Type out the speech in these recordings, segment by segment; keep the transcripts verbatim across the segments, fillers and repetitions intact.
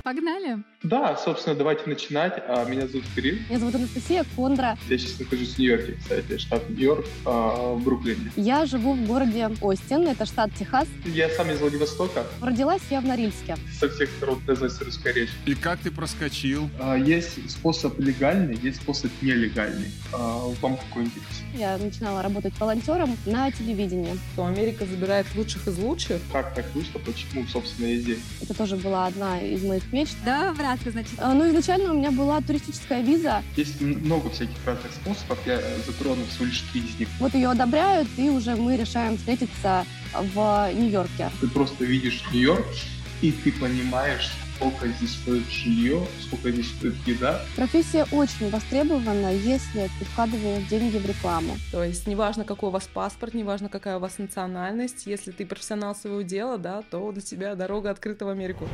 Погнали! Да, собственно, давайте начинать. А, Меня зовут Кирилл. Меня зовут Анастасия Кондра. Я сейчас нахожусь в Нью-Йорке, кстати, штат Нью-Йорк, а, в Бруклине. Я живу в городе Остин, это штат Техас. Я сам из Владивостока. Родилась я в Норильске. Со всех сторон разносится русская речь. И как ты проскочил? А, Есть способ легальный, есть способ нелегальный. А, Вам какой интересен? Я начинала работать волонтером на телевидении. Что Америка забирает лучших из лучших. Как так вышло? Почему, собственно, я здесь? Это тоже была одна из моих мечт. Да, братка, значит. А, Ну, изначально у меня была туристическая виза. Есть много всяких разных способов, я затрону всего лишь три из них. Вот ее одобряют, и уже мы решаем встретиться в Нью-Йорке. Ты просто видишь Нью-Йорк, и ты понимаешь, сколько здесь стоит жилье, сколько здесь стоит еда. Профессия очень востребована, если ты вкладываешь деньги в рекламу. То есть неважно, какой у вас паспорт, неважно, какая у вас национальность, если ты профессионал своего дела, да, то для тебя дорога открыта в Америку.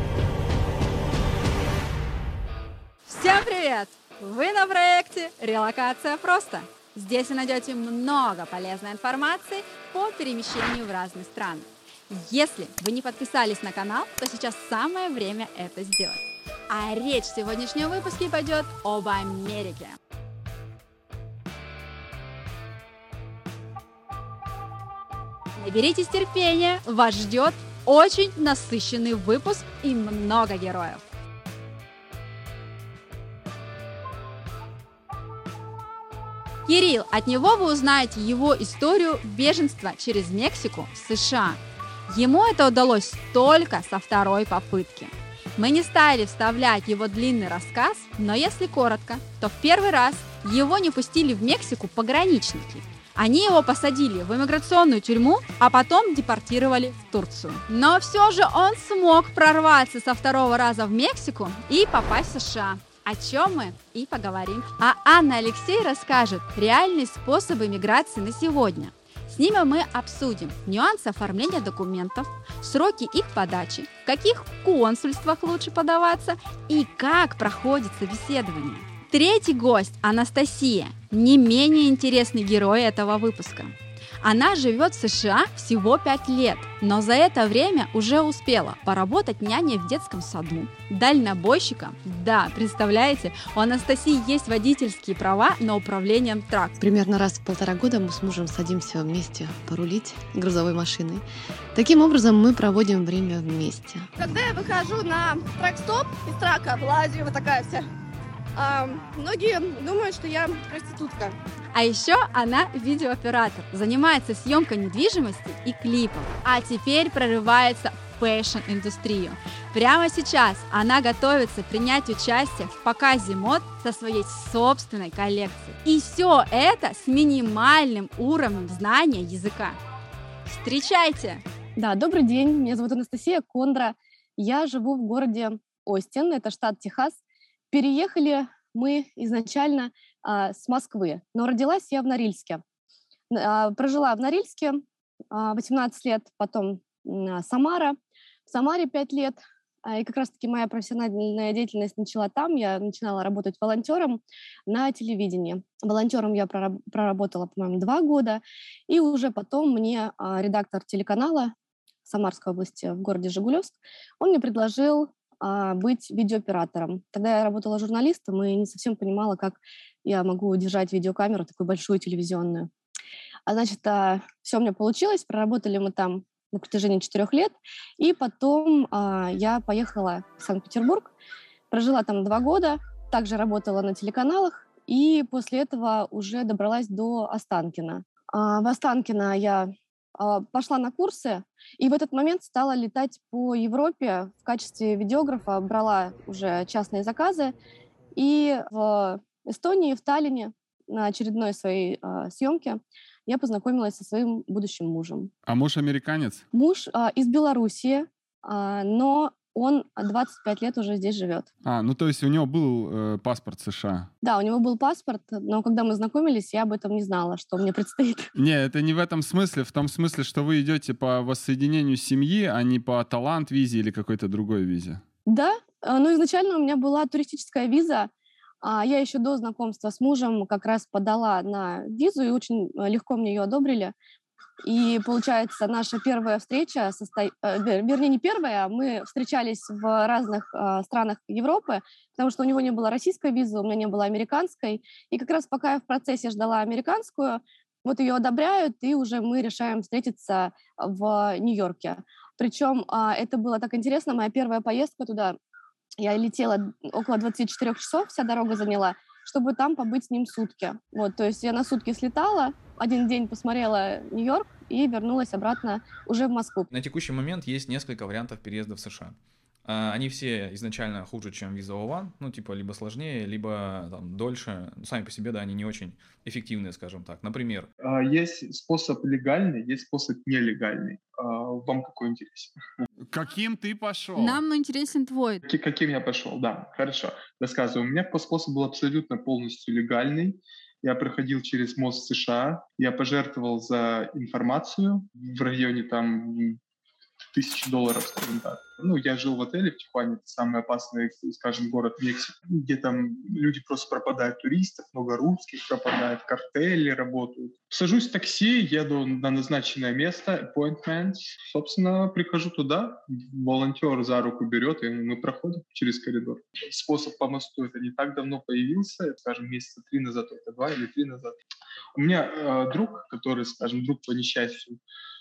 Всем привет! Вы на проекте «Релокация просто». Здесь вы найдете много полезной информации по перемещению в разные страны. Если вы не подписались на канал, то сейчас самое время это сделать. А речь в сегодняшнем выпуске пойдет об Америке. Наберитесь терпения, вас ждет очень насыщенный выпуск и много героев. Кирилл, от него вы узнаете его историю беженства через Мексику в США. Ему это удалось только со второй попытки. Мы не стали вставлять его длинный рассказ, но если коротко, то в первый раз его не пустили в Мексику пограничники. Они его посадили в иммиграционную тюрьму, а потом депортировали в Турцию. Но все же он смог прорваться со второго раза в Мексику и попасть в США. О чем мы и поговорим. А Анна Алексей расскажет реальные способы миграции на сегодня. С ними мы обсудим нюансы оформления документов, сроки их подачи, в каких консульствах лучше подаваться и как проходит собеседование. Третий гость – Анастасия, не менее интересный герой этого выпуска. Она живет в США всего пять лет, но за это время уже успела поработать няней в детском саду, дальнобойщиком. Да, представляете, у Анастасии есть водительские права на управлением трактором. Примерно раз в полтора года мы с мужем садимся вместе порулить грузовой машиной. Таким образом мы проводим время вместе. Когда я выхожу на трак-стоп из трака, вылазю, вот такая вся, а, многие думают, что я проститутка. А еще она видеооператор, занимается съемкой недвижимости и клипов, а теперь прорывается в фэшн-индустрию. Прямо сейчас она готовится принять участие в показе мод со своей собственной коллекцией. И все это с минимальным уровнем знания языка. Встречайте! Да, добрый день, меня зовут Анастасия Кондра. Я живу в городе Остин, это штат Техас. Переехали мы изначально а, с Москвы, но родилась я в Норильске. А, прожила в Норильске а, восемнадцать лет, потом а, Самара. В Самаре пять лет. А, и как раз-таки моя профессиональная деятельность начала там. Я начинала работать волонтером на телевидении. Волонтером я прораб- проработала, по-моему, два года. И уже потом мне а, редактор телеканала Самарской области в городе Жигулевск, он мне предложил а, быть видеооператором. Тогда я работала журналистом и не совсем понимала, как я могу держать видеокамеру такую большую телевизионную. А значит, а, все у меня получилось, проработали мы там на протяжении четырех лет, и потом а, я поехала в Санкт-Петербург, прожила там два года, также работала на телеканалах, и после этого уже добралась до Останкино. А, в Останкино я а, пошла на курсы, и в этот момент стала летать по Европе в качестве видеографа, брала уже частные заказы, и в Эстонии, в Таллине на очередной своей а, съемке я познакомилась со своим будущим мужем. А муж американец? Муж а, из Белоруссии, а, но он двадцать пять лет уже здесь живет. А, ну то есть у него был э, паспорт США? Да, у него был паспорт, но когда мы знакомились, я об этом не знала, что мне предстоит. Не, это не в этом смысле, в том смысле, что вы идете по воссоединению семьи, а не по талант-визе или какой-то другой визе. Да, а, но изначально у меня была туристическая виза. А я еще до знакомства с мужем как раз подала на визу, и очень легко мне ее одобрили. И, получается, наша первая встреча, состо... э, вер- вернее, не первая, мы встречались в разных э, странах Европы, потому что у него не было российской визы, у меня не было американской. И как раз пока я в процессе ждала американскую, вот ее одобряют, и уже мы решаем встретиться в Нью-Йорке. Причем а, это было так интересно, моя первая поездка туда, я летела около двадцати четырёх часов, вся дорога заняла, чтобы там побыть с ним сутки. Вот, то есть я на сутки слетала, один день посмотрела Нью-Йорк и вернулась обратно уже в Москву. На текущий момент есть несколько вариантов переезда в США. А, Они все изначально хуже, чем Visa о один, ну, типа, либо сложнее, либо там дольше. Сами по себе, да, они не очень эффективные, скажем так. Например, А, Есть способ легальный, есть способ нелегальный. А, Вам какой интересен? Каким ты пошел? Нам ну, интересен твой. Ки- Каким я пошел? Да, хорошо. Рассказываю. У меня по- способ был абсолютно полностью легальный. Я проходил через МОЗ США. Я пожертвовал за информацию в районе там м, тысячи долларов, скажем так. Ну, я жил в отеле в Тихуане, это самый опасный, скажем, город Мексики, где там люди просто пропадают, туристов, много русских пропадает, картели работают. Сажусь в такси, еду на назначенное место, appointment, собственно, прихожу туда, волонтер за руку берет, и мы проходим через коридор. Способ по мосту это не так давно появился, скажем, месяца три назад, это два или три назад. У меня э, друг, который, скажем, друг по несчастью,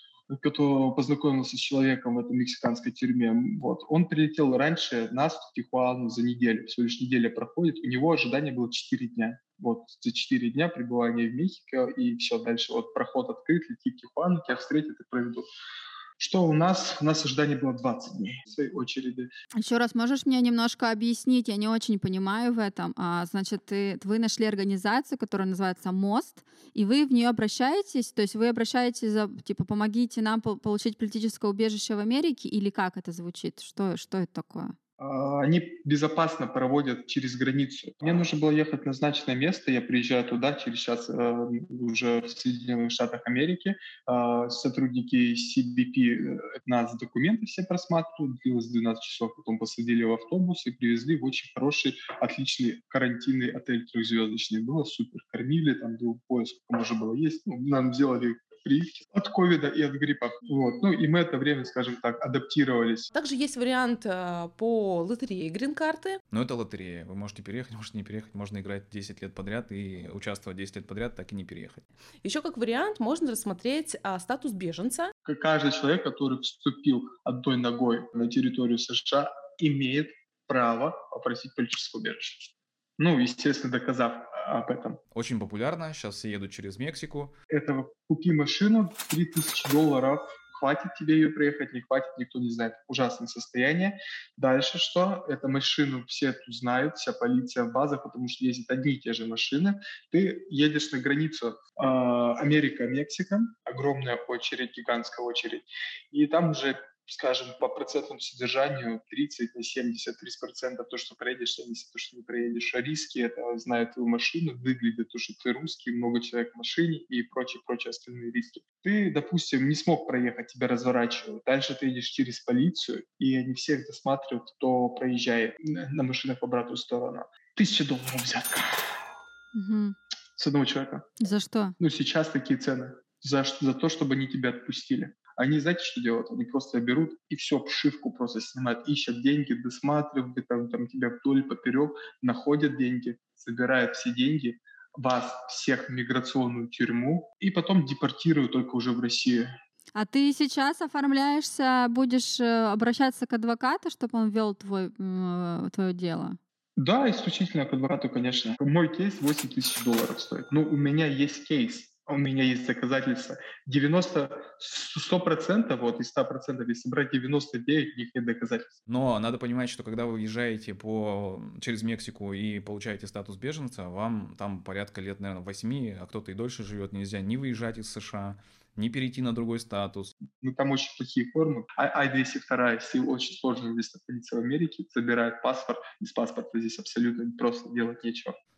который познакомился с человеком в этой мексиканской тюрьме, вот, он прилетел раньше нас в Тихуану за неделю, всего лишь неделя проходит, у него ожидание было четыре дня. Вот, за четыре дня пребывания в Мехико, и все, дальше вот проход открыт, лети в Тихуану, тебя встретят и проведут. Что у нас? У нас ожидание было двадцать дней в своей очереди. Еще раз можешь мне немножко объяснить? Я не очень понимаю в этом. А, значит, ты, вы нашли организацию, которая называется «Мост», и вы в нее обращаетесь? То есть вы обращаетесь за, типа, помогите нам по- получить политическое убежище в Америке? Или как это звучит? Что, что это такое? А, Они безопасно проводят через границу. Мне нужно было ехать в назначенное место, я приезжаю туда, через час э, уже в Соединенных Штатах Америки. Э, сотрудники си би пи э, нас документы все просматривают, длилось двенадцать часов, потом посадили в автобус и привезли в очень хороший, отличный карантинный отель трехзвездочный. Было супер, кормили, там был поезд, сколько можно было есть. Ну, нам сделали прививки от ковида и от гриппа. Вот. Ну и мы это время, скажем так, адаптировались. Также есть вариант э, по лотерее грин-карты. но это лотерея. Вы можете переехать, можете не переехать. Можно играть десять лет подряд и участвовать десять лет подряд, так и не переехать. Еще как вариант можно рассмотреть а, статус беженца. К- Каждый человек, который вступил одной ногой на территорию США, имеет право попросить политическое убежище. Ну, естественно, доказав об этом. Очень популярно. Сейчас все едут через Мексику. Этого купи машину, три тысячи долларов, хватит тебе ее проехать, не хватит, никто не знает. Ужасное состояние. Дальше что? Эту машину все тут знают, вся полиция в базах, потому что ездят одни и те же машины. Ты едешь на границу э, Америка-Мексика, огромная очередь, гигантская очередь, и там уже, скажем, по процентному содержанию тридцать на семьдесят, тридцать процентов то, что проедешь, семьдесят то, что не проедешь. А риски, это знают твою машину, выглядит то, что ты русский, много человек в машине и прочие-прочие остальные риски. Ты, допустим, не смог проехать, тебя разворачивают. Дальше ты едешь через полицию, и они всех досматривают, кто проезжает на на машинах в обратную сторону. Тысяча долларов взятка Мгм. с одного человека. За что? Ну, сейчас такие цены. За, ш- за то, чтобы они тебя отпустили. Они, знаете, что делают? Они просто берут и все, вшивку просто снимают, ищут деньги, досматривают, там, там тебя вдоль, поперек, находят деньги, собирают все деньги, вас всех в миграционную тюрьму и потом депортируют только уже в Россию. А ты сейчас оформляешься, будешь э, обращаться к адвокату, чтобы он вел твой, м, э, твое дело? Да, исключительно к адвокату, конечно. Мой кейс восемь тысяч долларов стоит. Но у меня есть кейс, у меня есть доказательства. девяносто, сто процентов вот, из ста процентов, если брать девяносто девять, у них нет доказательств. Но надо понимать, что когда вы въезжаете по... через Мексику и получаете статус беженца, вам там порядка лет, наверное, восьми, а кто-то и дольше живет, нельзя ни выезжать из США, ни перейти на другой статус. Ну, там очень плохие формы. А ай двести два, если очень сложно здесь находиться в Америке, забирает паспорт. Без паспорта здесь абсолютно просто делать нечего.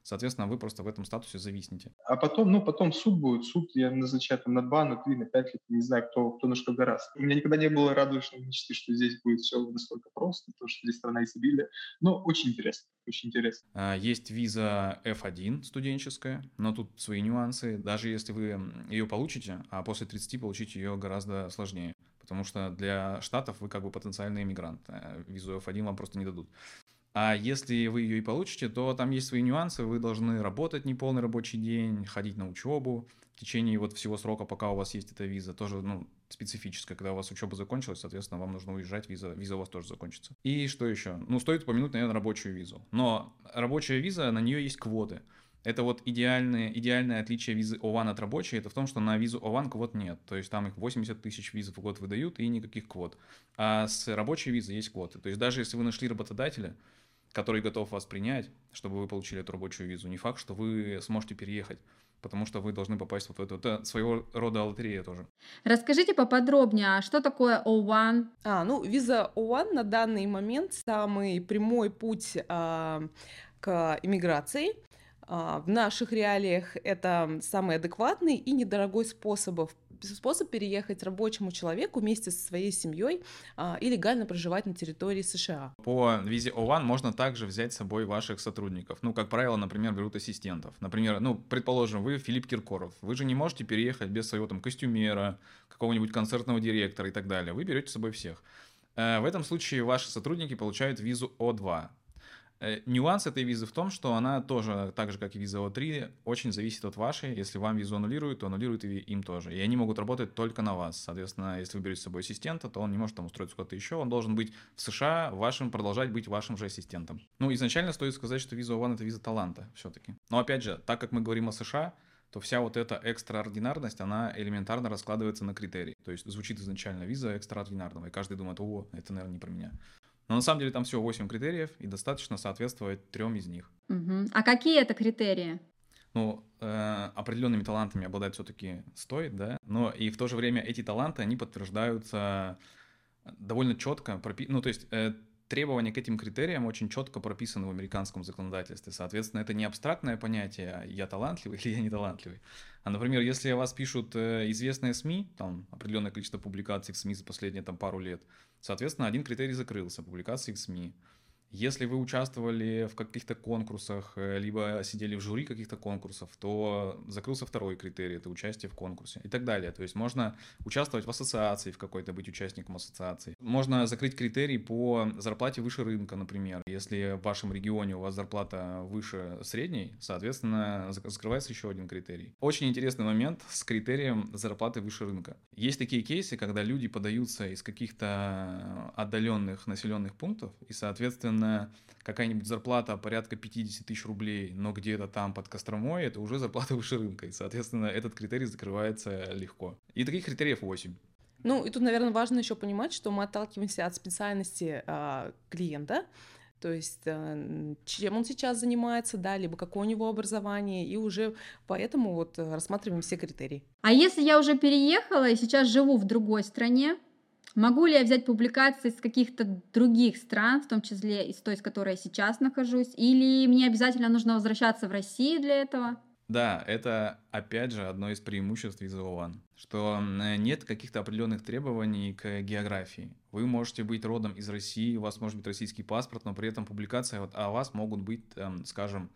Соответственно, вы просто в этом статусе зависнете. А потом, ну, потом суд будет. Суд я назначаю там на два, на три, на пять лет. Не знаю, кто, кто на что гораздо. У меня никогда не было радужной мечты, что здесь будет все настолько просто, потому что здесь страна изобилия. Но очень интересно, очень интересно. А, Есть виза эф один студенческая, но тут свои нюансы. Даже если вы ее получите, а после тридцати получить ее гораздо сложнее. Потому что для Штатов вы как бы потенциальный иммигрант. а Визу эф один вам просто не дадут. А если вы ее и получите, то там есть свои нюансы. Вы должны работать неполный рабочий день, ходить на учебу. В течение вот всего срока, пока у вас есть эта виза, тоже ну, специфическая. Когда у вас учеба закончилась, соответственно, вам нужно уезжать, виза, виза у вас тоже закончится. И что еще? Ну, стоит упомянуть, наверное, рабочую визу. Но рабочая виза, на нее есть квоты. Это вот идеальное, идеальное отличие визы о один от рабочей, это в том, что на визу о один квот нет. То есть там их восемьдесят тысяч виз в год выдают и никаких квот. А с рабочей визой есть квоты. То есть даже если вы нашли работодателя, который готов вас принять, чтобы вы получили эту рабочую визу, не факт, что вы сможете переехать, потому что вы должны попасть вот в эту, это своего рода лотерея тоже. Расскажите поподробнее, а что такое о один? А, ну, виза о один на данный момент самый прямой путь а, к иммиграции. А, в наших реалиях это самый адекватный и недорогой способ, способ переехать рабочему человеку вместе со своей семьей а, и легально проживать на территории США. По визе о один можно также взять с собой ваших сотрудников. Ну, как правило, например, берут ассистентов. Например, ну, предположим, вы Филипп Киркоров. Вы же не можете переехать без своего там костюмера, какого-нибудь концертного директора и так далее. Вы берете с собой всех. В этом случае ваши сотрудники получают визу о два. Нюанс этой визы в том, что она тоже, так же как и виза о три, очень зависит от вашей. Если вам визу аннулируют, то аннулируют и им тоже. И они могут работать только на вас. Соответственно, если вы берете с собой ассистента, то он не может там устроиться куда-то еще. Он должен быть в США, вашим, продолжать быть вашим же ассистентом. Ну, изначально стоит сказать, что виза о один — это виза таланта все-таки. Но опять же, так как мы говорим о США, то вся вот эта экстраординарность, она элементарно раскладывается на критерии. То есть звучит изначально виза экстраординарного, и каждый думает: о, это, наверное, не про меня. Но на самом деле там всего восемь критериев, и достаточно соответствовать трем из них. Угу. А какие это критерии? Ну, э, определенными талантами обладать все-таки стоит, да, но и в то же время эти таланты, они подтверждаются довольно четко, пропи... ну, то есть э, требования к этим критериям очень четко прописаны в американском законодательстве. Соответственно, это не абстрактное понятие «я талантливый» или «я не талантливый». А, например, если о вас пишут э, известные СМИ, там определенное количество публикаций в СМИ за последние там, пару лет, соответственно, один критерий закрылся — публикации в СМИ. Если вы участвовали в каких-то конкурсах, либо сидели в жюри каких-то конкурсов, то закрылся второй критерий — это участие в конкурсе и так далее. То есть можно участвовать в ассоциации в какой-то, быть участником ассоциации. Можно закрыть критерий по зарплате выше рынка, например. Если в вашем регионе у вас зарплата выше средней, соответственно, закрывается еще один критерий. Очень интересный момент с критерием зарплаты выше рынка. Есть такие кейсы, когда люди подаются из каких-то отдаленных населенных пунктов, и, соответственно, какая-нибудь зарплата порядка пятьдесят тысяч рублей, но где-то там под Костромой, это уже зарплата выше рынка. И, соответственно, этот критерий закрывается легко. И таких критериев восемь. Ну, и тут, наверное, важно еще понимать, что мы отталкиваемся от специальности э, клиента, то есть э, чем он сейчас занимается, да, либо какое у него образование, и уже поэтому вот рассматриваем все критерии. А если я уже переехала и сейчас живу в другой стране, могу ли я взять публикации с каких-то других стран, в том числе из той, с которой я сейчас нахожусь, или мне обязательно нужно возвращаться в Россию для этого? Да, это, опять же, одно из преимуществ визы о один, что нет каких-то определенных требований к географии. Вы можете быть родом из России, у вас может быть российский паспорт, но при этом публикации вот о вас могут быть, скажем,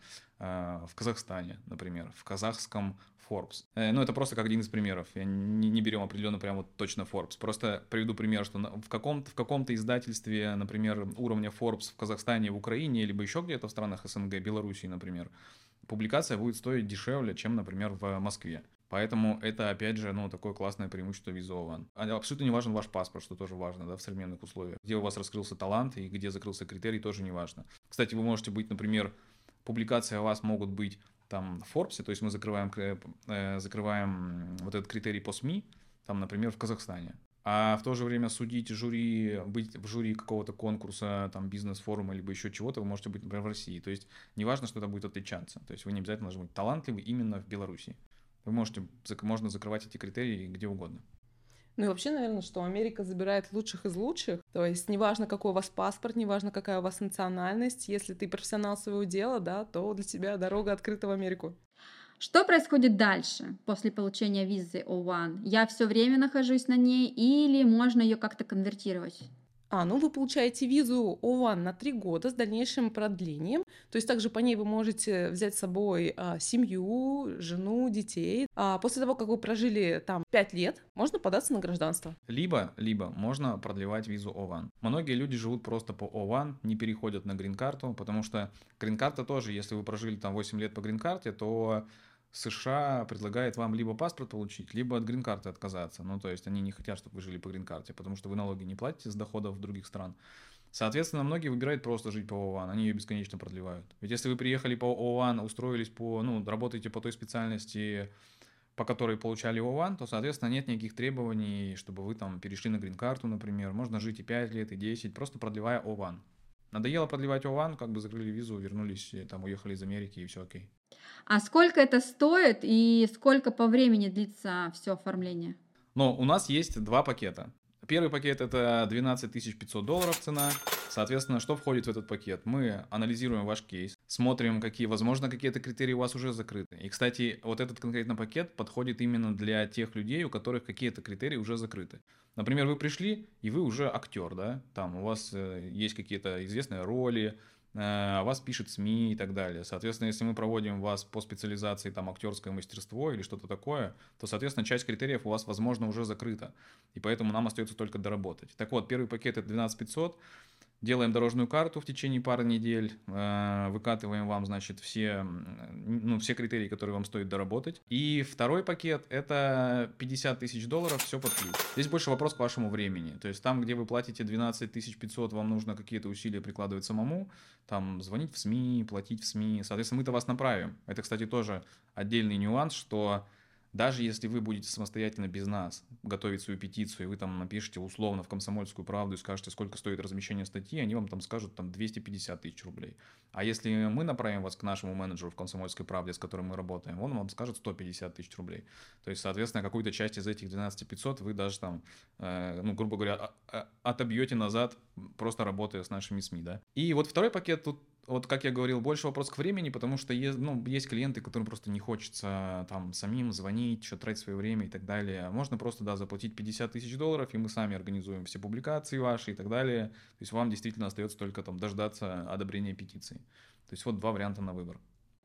в Казахстане, например, в казахском Forbes. Ну, это просто как один из примеров. Я не, не берем определенно прям вот точно Forbes. Просто приведу пример, что в каком-то, в каком-то издательстве, например, уровня Forbes в Казахстане, в Украине, либо еще где-то в странах СНГ, Белоруссии, например, публикация будет стоить дешевле, чем, например, в Москве. Поэтому это, опять же, ну, такое классное преимущество визы о один. Абсолютно не важен ваш паспорт, что тоже важно, да, в современных условиях. Где у вас раскрылся талант и где закрылся критерий, тоже не важно. Кстати, вы можете быть, например, публикации о вас могут быть там в Forbes, то есть мы закрываем, э, закрываем вот этот критерий по СМИ, там, например, в Казахстане. А в то же время судить жюри, быть в жюри какого-то конкурса, там, бизнес-форума, либо еще чего-то, вы можете быть, например, в России. То есть неважно, что это будет отличаться. То есть вы не обязательно должны быть талантливы именно в Беларуси. Вы можете, можно закрывать эти критерии где угодно. Ну и вообще, наверное, что Америка забирает лучших из лучших. То есть неважно, какой у вас паспорт, неважно, какая у вас национальность, если ты профессионал своего дела, да, то для тебя дорога открыта в Америку. Что происходит дальше после получения визы о один? Я все время нахожусь на ней или можно ее как-то конвертировать? А, ну вы получаете визу о один на три года с дальнейшим продлением. То есть также по ней вы можете взять с собой а, семью, жену, детей. А после того, как вы прожили там пять лет, можно податься на гражданство. Либо, либо можно продлевать визу о один. Многие люди живут просто по о один, не переходят на грин-карту, потому что грин-карта тоже, если вы прожили там восемь лет по грин-карте, то США предлагает вам либо паспорт получить, либо от грин-карты отказаться. Ну, то есть они не хотят, чтобы вы жили по грин-карте, потому что вы налоги не платите с доходов других стран. Соответственно, многие выбирают просто жить по о один, они ее бесконечно продлевают. Ведь если вы приехали по о один, устроились по, ну, работаете по той специальности, по которой получали о один, то, соответственно, нет никаких требований, чтобы вы там перешли на грин-карту, например. Можно жить и пять лет, и десять, просто продлевая о один. Надоело продлевать о один, как бы закрыли визу, вернулись, там, уехали из Америки, и все окей. А сколько это стоит и сколько по времени длится все оформление? Но у нас есть два пакета. Первый пакет — это двенадцать тысяч пятьсот долларов цена. Соответственно, что входит в этот пакет? Мы анализируем ваш кейс, смотрим, какие, возможно, какие-то критерии у вас уже закрыты. И, кстати, вот этот конкретно пакет подходит именно для тех людей, у которых какие-то критерии уже закрыты. Например, вы пришли, и вы уже актер, да? Там у вас э, есть какие-то известные роли, о вас пишет СМИ и так далее. Соответственно, если мы проводим вас по специализации там актерское мастерство или что-то такое, то, соответственно, часть критериев у вас, возможно, уже закрыта. И поэтому нам остается только доработать. Так вот, первый пакет — это двенадцать тысяч пятьсот. Делаем дорожную карту в течение пары недель, выкатываем вам, значит, все, ну, все критерии, которые вам стоит доработать. И второй пакет — это пятьдесят тысяч долларов, все под ключ. Здесь больше вопрос к вашему времени. То есть там, где вы платите двенадцать тысяч пятьсот, вам нужно какие-то усилия прикладывать самому, там звонить в СМИ, платить в СМИ. Соответственно, мы-то вас направим. Это, кстати, тоже отдельный нюанс, что даже если вы будете самостоятельно без нас готовить свою петицию, и вы там напишите условно в «Комсомольскую правду» и скажете, сколько стоит размещение статьи, они вам там скажут там двести пятьдесят тысяч рублей. А если мы направим вас к нашему менеджеру в «Комсомольской правде», с которым мы работаем, он вам скажет сто пятьдесят тысяч рублей. То есть, соответственно, какую-то часть из этих двенадцать тысяч пятьсот вы даже там, э, ну, грубо говоря, отобьете назад, просто работая с нашими СМИ, да. И вот второй пакет тут, вот как я говорил, больше вопрос к времени, потому что есть, ну, есть клиенты, которым просто не хочется там самим звонить, что тратить свое время и так далее. Можно просто, да, заплатить пятьдесят тысяч долларов, и мы сами организуем все публикации ваши и так далее. То есть вам действительно остается только там дождаться одобрения петиции. То есть вот два варианта на выбор.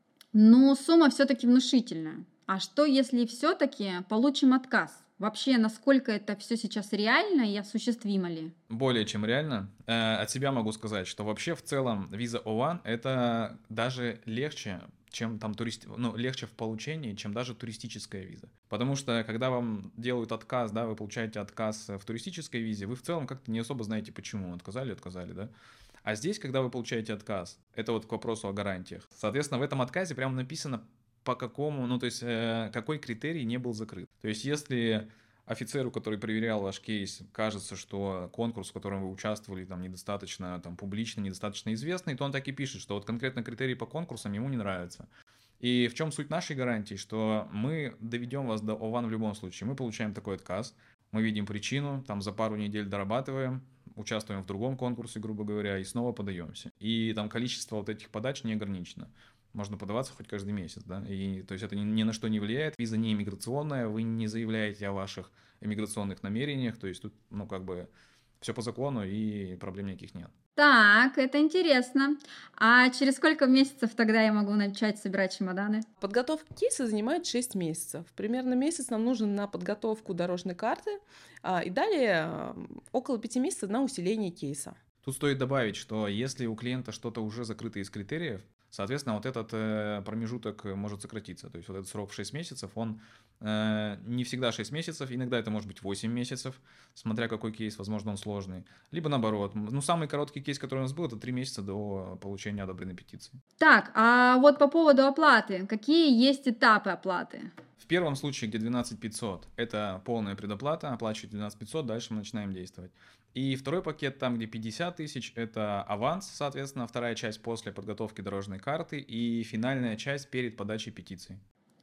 Ну, сумма все-таки внушительная. А что, если все-таки получим отказ? Вообще, насколько это все сейчас реально и осуществимо ли? Более чем реально. Э, от себя могу сказать, что вообще в целом виза о один это даже легче, чем там турист... ну, легче в получении, чем даже туристическая виза. Потому что когда вам делают отказ, да, вы получаете отказ в туристической визе, вы в целом как-то не особо знаете, почему. Отказали, отказали, да? А здесь, когда вы получаете отказ, это вот к вопросу о гарантиях. Соответственно, в этом отказе прямо написано, по какому, ну, то есть, э, какой критерий не был закрыт. То есть, если офицеру, который проверял ваш кейс, кажется, что конкурс, в котором вы участвовали, там, недостаточно там, публичный, недостаточно известный, то он так и пишет, что вот конкретно критерии по конкурсам ему не нравятся. И в чем суть нашей гарантии, что мы доведем вас до о один в любом случае. Мы получаем такой отказ, мы видим причину, там, за пару недель дорабатываем, участвуем в другом конкурсе, грубо говоря, и снова подаемся. И там количество вот этих подач не ограничено. Можно подаваться хоть каждый месяц, да, и то есть это ни, ни на что не влияет, виза не иммиграционная, вы не заявляете о ваших иммиграционных намерениях, то есть тут, ну, как бы все по закону и проблем никаких нет. Так, это интересно. А через сколько месяцев тогда я могу начать собирать чемоданы? Подготовка кейса занимает шесть месяцев. Примерно месяц нам нужен на подготовку дорожной карты, и далее около пяти месяцев на усиление кейса. Тут стоит добавить, что если у клиента что-то уже закрыто из критериев, соответственно, вот этот э, промежуток может сократиться. То есть вот этот срок в шесть месяцев, он э, не всегда шесть месяцев, иногда это может быть восемь месяцев, смотря какой кейс, возможно, он сложный. Либо наоборот. Ну, самый короткий кейс, который у нас был, это три месяца до получения одобренной петиции. Так, а вот по поводу оплаты. Какие есть этапы оплаты? В первом случае, где двенадцать тысяч пятьсот, это полная предоплата, оплачивать двенадцать тысяч пятьсот, дальше мы начинаем действовать. И второй пакет, там, где пятьдесят тысяч, это аванс, соответственно, вторая часть после подготовки дорожной карты и финальная часть перед подачей петиции.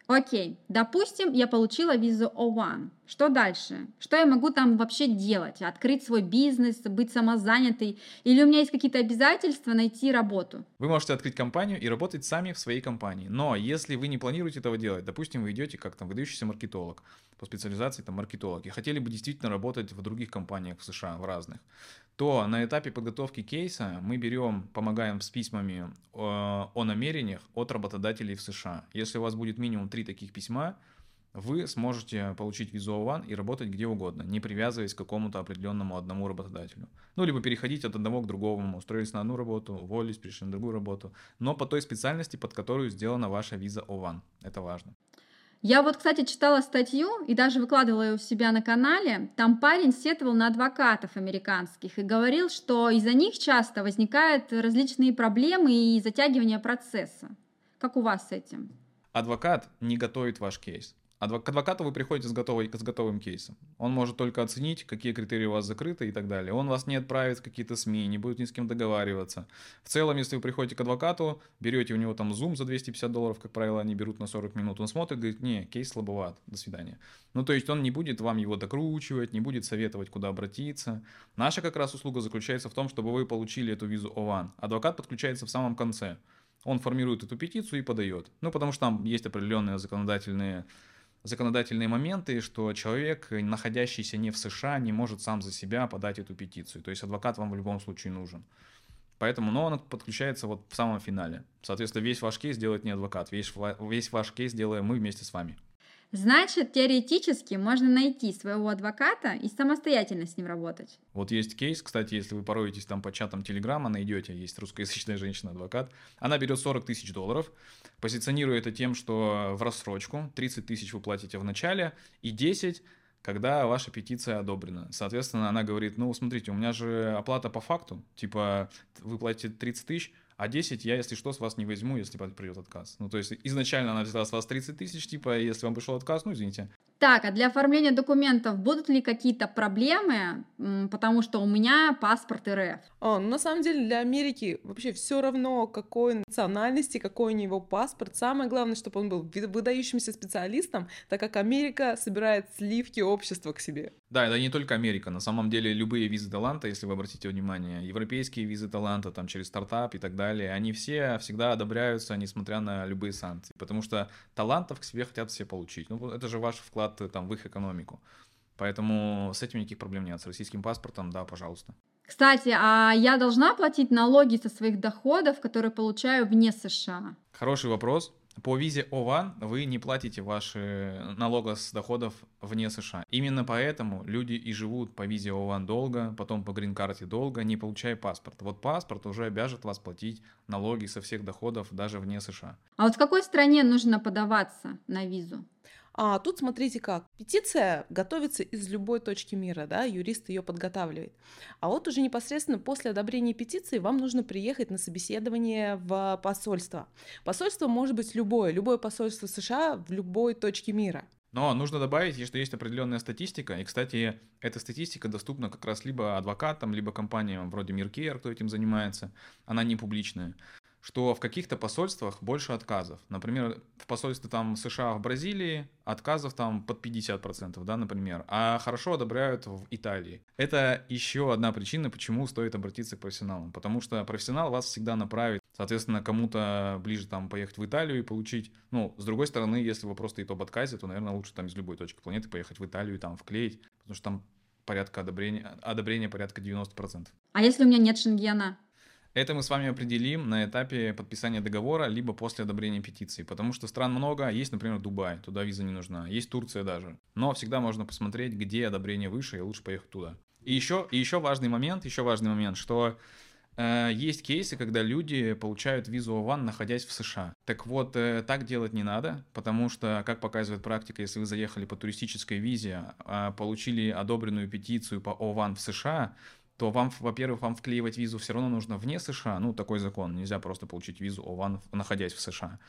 Окей, допустим, я получила визу о один. Что дальше? Что я могу там вообще делать? Открыть свой бизнес, быть самозанятой? Или у меня есть какие-то обязательства найти работу? Вы можете открыть компанию и работать сами в своей компании. Но если вы не планируете этого делать, допустим, вы идете как там выдающийся маркетолог, по специализации там маркетолог, и хотели бы действительно работать в других компаниях в США, в разных, то на этапе подготовки кейса мы берем, помогаем с письмами о, о намерениях от работодателей в США. Если у вас будет минимум три таких письма, вы сможете получить визу о один и работать где угодно, не привязываясь к какому-то определенному одному работодателю. Ну, либо переходить от одного к другому, устроились на одну работу, уволились, перешли на другую работу, но по той специальности, под которую сделана ваша виза о один. Это важно. Я вот, кстати, читала статью и даже выкладывала ее у себя на канале. Там парень сетовал на адвокатов американских и говорил, что из-за них часто возникают различные проблемы и затягивание процесса. Как у вас с этим? Адвокат не готовит ваш кейс. К адвокату вы приходите с, готовой, с готовым кейсом. Он может только оценить, какие критерии у вас закрыты и так далее. Он вас не отправит в какие-то СМИ, не будет ни с кем договариваться. В целом, если вы приходите к адвокату, берете у него там Zoom за двести пятьдесят долларов, как правило, они берут на сорок минут, он смотрит, говорит, не, кейс слабоват, до свидания. Ну, то есть он не будет вам его докручивать, не будет советовать, куда обратиться. Наша как раз услуга заключается в том, чтобы вы получили эту визу о один. Адвокат подключается в самом конце. Он формирует эту петицию и подает. Ну, потому что там есть определенные законодательные законодательные моменты, что человек, находящийся не в США, не может сам за себя подать эту петицию. То есть адвокат вам в любом случае нужен. Поэтому, но он подключается вот в самом финале. Соответственно, весь ваш кейс делает не адвокат, весь, весь ваш кейс делаем мы вместе с вами. Значит, теоретически можно найти своего адвоката и самостоятельно с ним работать. Вот есть кейс, кстати, если вы пороетесь там по чатам Телеграма, найдете, есть русскоязычная женщина-адвокат, она берет сорок тысяч долларов, позиционирует это тем, что в рассрочку тридцать тысяч вы платите в начале и десять, когда ваша петиция одобрена. Соответственно, она говорит, ну, смотрите, у меня же оплата по факту, типа вы платите тридцать тысяч, а десять я, если что, с вас не возьму, если придет отказ. Ну, то есть изначально она взяла с вас тридцать тысяч, типа, если вам пришел отказ, ну, извините. Так, а для оформления документов будут ли какие-то проблемы, потому что у меня паспорт эр эф? А, ну, на самом деле для Америки вообще все равно, какой национальности, какой у него паспорт. Самое главное, чтобы он был выдающимся специалистом, так как Америка собирает сливки общества к себе. Да, это не только Америка. На самом деле любые визы таланта, если вы обратите внимание, европейские визы таланта там через стартап и так далее, они все всегда одобряются, несмотря на любые санкции, потому что талантов к себе хотят все получить. Ну, это же ваш вклад там в их экономику. Поэтому с этим никаких проблем нет. С российским паспортом, да, пожалуйста. Кстати, а я должна платить налоги со своих доходов, которые получаю вне США? Хороший вопрос. По визе о один вы не платите ваши налоги с доходов вне США. Именно поэтому люди и живут по визе о один долго, потом по грин-карте долго, не получая паспорт. Вот паспорт уже обяжет вас платить налоги со всех доходов даже вне США. А вот в какой стране нужно подаваться на визу? А тут смотрите как. Петиция готовится из любой точки мира, да, юрист ее подготавливает. А вот уже непосредственно после одобрения петиции вам нужно приехать на собеседование в посольство. Посольство может быть любое, любое посольство США в любой точке мира. Но нужно добавить, что есть определенная статистика, и, кстати, эта статистика доступна как раз либо адвокатам, либо компаниям вроде Миркер, кто этим занимается, она не публичная, что в каких-то посольствах больше отказов. Например, в посольстве там США в Бразилии отказов там под пятьдесят процентов, да, например, а хорошо одобряют в Италии. Это еще одна причина, почему стоит обратиться к профессионалам, потому что профессионал вас всегда направит, соответственно, кому-то ближе там поехать в Италию и получить, ну, с другой стороны, если вы просто и то об отказе, то, наверное, лучше там из любой точки планеты поехать в Италию и там вклеить, потому что там порядка одобрения, одобрения порядка девяносто процентов. А если у меня нет шенгена? Это мы с вами определим на этапе подписания договора, либо после одобрения петиции, потому что стран много, есть, например, Дубай, туда виза не нужна, есть Турция даже, но всегда можно посмотреть, где одобрение выше, и лучше поехать туда. И еще, и еще важный момент, еще важный момент, что э, есть кейсы, когда люди получают визу о один, находясь в США. Так вот, э, так делать не надо, потому что, как показывает практика, если вы заехали по туристической визе, э, получили одобренную петицию по о один в США, то вам, во-первых, вам вклеивать визу все равно нужно вне США, ну, такой закон, нельзя просто получить визу о один, находясь в США.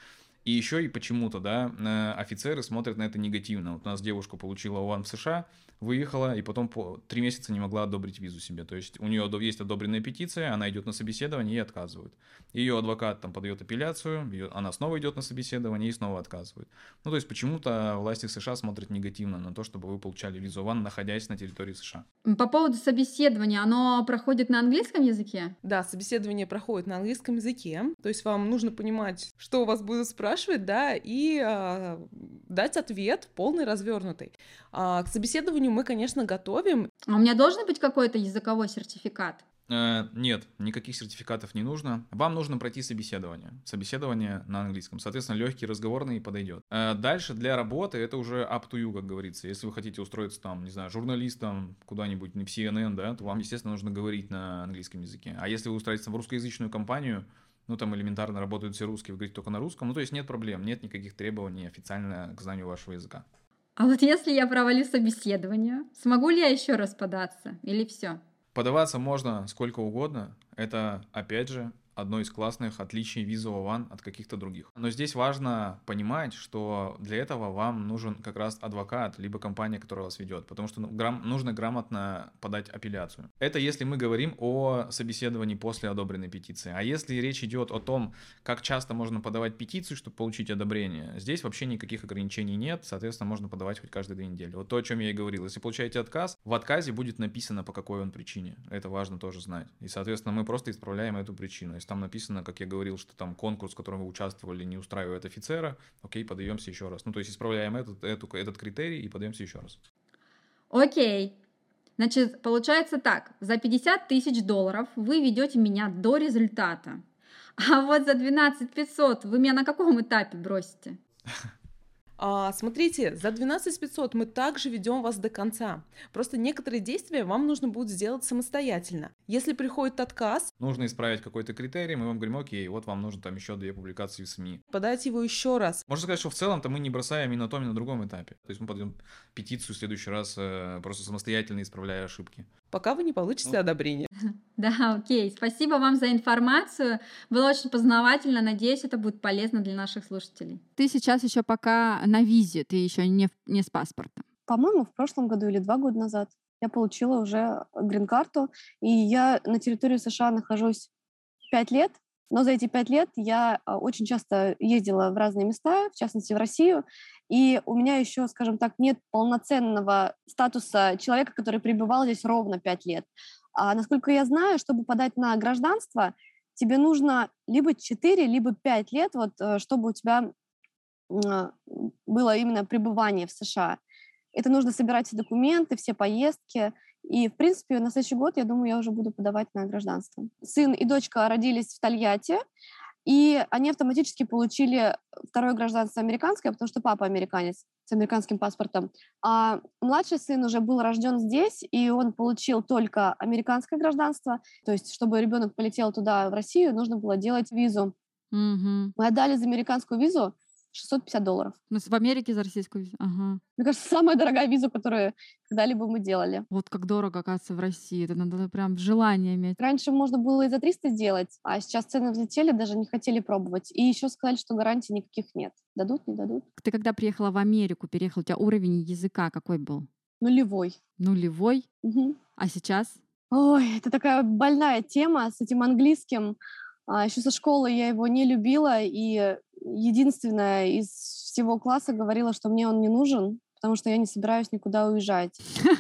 И еще и почему-то, да, э, офицеры смотрят на это негативно. Вот у нас девушка получила ОАН в США, выехала, и потом по три месяца не могла одобрить визу себе. То есть у нее есть одобренная петиция, она идет на собеседование, ей отказывают. Ее адвокат там подает апелляцию, ее, она снова идет на собеседование и снова отказывают. Ну, то есть почему-то власти США смотрят негативно на то, чтобы вы получали визу ОАН, находясь на территории США. По поводу собеседования, оно проходит на английском языке? Да, собеседование проходит на английском языке, то есть вам нужно понимать, что у вас будут спрашивать, да, и э, дать ответ полный, развернутый. А, к собеседованию мы, конечно, готовим. А у меня должен быть какой-то языковой сертификат? Э, Нет, никаких сертификатов не нужно. Вам нужно пройти собеседование. Собеседование на английском. Соответственно, легкий разговорный подойдет. Э, Дальше для работы это уже up to you, как говорится. Если вы хотите устроиться там, не знаю, журналистом куда-нибудь на си эн эн, да, то вам, естественно, нужно говорить на английском языке. А если вы устроитесь в русскоязычную компанию, ну там элементарно работают все русские, вы говорите только на русском, ну то есть нет проблем, нет никаких требований официально к знанию вашего языка. А вот если я провалю собеседование, смогу ли я еще раз податься? Или все? Подаваться можно сколько угодно. Это, опять же, одно из классных отличий визы ОАН от каких-то других. Но здесь важно понимать, что для этого вам нужен как раз адвокат, либо компания, которая вас ведет, потому что ну, грам- нужно грамотно подать апелляцию. Это если мы говорим о собеседовании после одобренной петиции. А если речь идет о том, как часто можно подавать петицию, чтобы получить одобрение, здесь вообще никаких ограничений нет, соответственно, можно подавать хоть каждые две недели. Вот то, о чем я и говорил. Если получаете отказ, в отказе будет написано, по какой он причине. Это важно тоже знать. И, соответственно, мы просто исправляем эту причину. Там написано, как я говорил, что там конкурс, в котором вы участвовали, не устраивает офицера, окей, подаемся еще раз. Ну, то есть исправляем этот, эту, этот критерий и подаемся еще раз. Окей. Значит, получается так. За пятьдесят тысяч долларов вы ведете меня до результата. А вот за двенадцать пятьсот вы меня на каком этапе бросите? А, смотрите, за двенадцать пятьсот мы также ведем вас до конца. Просто некоторые действия вам нужно будет сделать самостоятельно. Если приходит отказ, нужно исправить какой-то критерий, мы вам говорим, окей, вот вам нужно там еще две публикации в СМИ. подать его еще раз. Можно сказать, что в целом-то мы не бросаем и на том, и на другом этапе. То есть мы подаем петицию в следующий раз, э, просто самостоятельно исправляя ошибки. Пока вы не получите Ну. одобрение. Да, окей. Спасибо вам за информацию. Было очень познавательно. Надеюсь, это будет полезно для наших слушателей. Ты сейчас еще пока на визе, ты еще не, в- не с паспортом. По-моему, в прошлом году или два года назад я получила уже грин-карту, и я на территории США нахожусь пять лет, но за эти пять лет я а, очень часто ездила в разные места, в частности в Россию, и у меня еще, скажем так, нет полноценного статуса человека, который пребывал здесь ровно пять лет. А насколько я знаю, чтобы подать на гражданство, тебе нужно либо четыре, либо пять лет, вот, э, чтобы у тебя м, было именно пребывание в США. Это нужно собирать все документы, все поездки. И, в принципе, на следующий год, я думаю, я уже буду подавать на гражданство. Сын и дочка родились в Тольятти, и они автоматически получили второе гражданство американское, потому что папа американец с американским паспортом. А младший сын уже был рожден здесь, и он получил только американское гражданство. То есть, чтобы ребенок полетел туда, в Россию, нужно было делать визу. Угу. Мы отдали за американскую визу шестьсот пятьдесят долларов. Ну, в Америке за российскую визу. Ага. Мне кажется, самая дорогая виза, которую когда-либо мы делали. Вот как дорого, оказывается, в России. Это надо прям желание иметь. Раньше можно было и за триста сделать, а сейчас цены взлетели, даже не хотели пробовать. И еще сказали, что гарантий никаких нет. Дадут, не дадут? Ты когда приехала в Америку, переехала, у тебя уровень языка какой был? Нулевой. Нулевой? Мгм. А сейчас? Ой, это такая больная тема с этим английским. А, еще со школы я его не любила, и единственная из всего класса говорила, что мне он не нужен, потому что я не собираюсь никуда уезжать.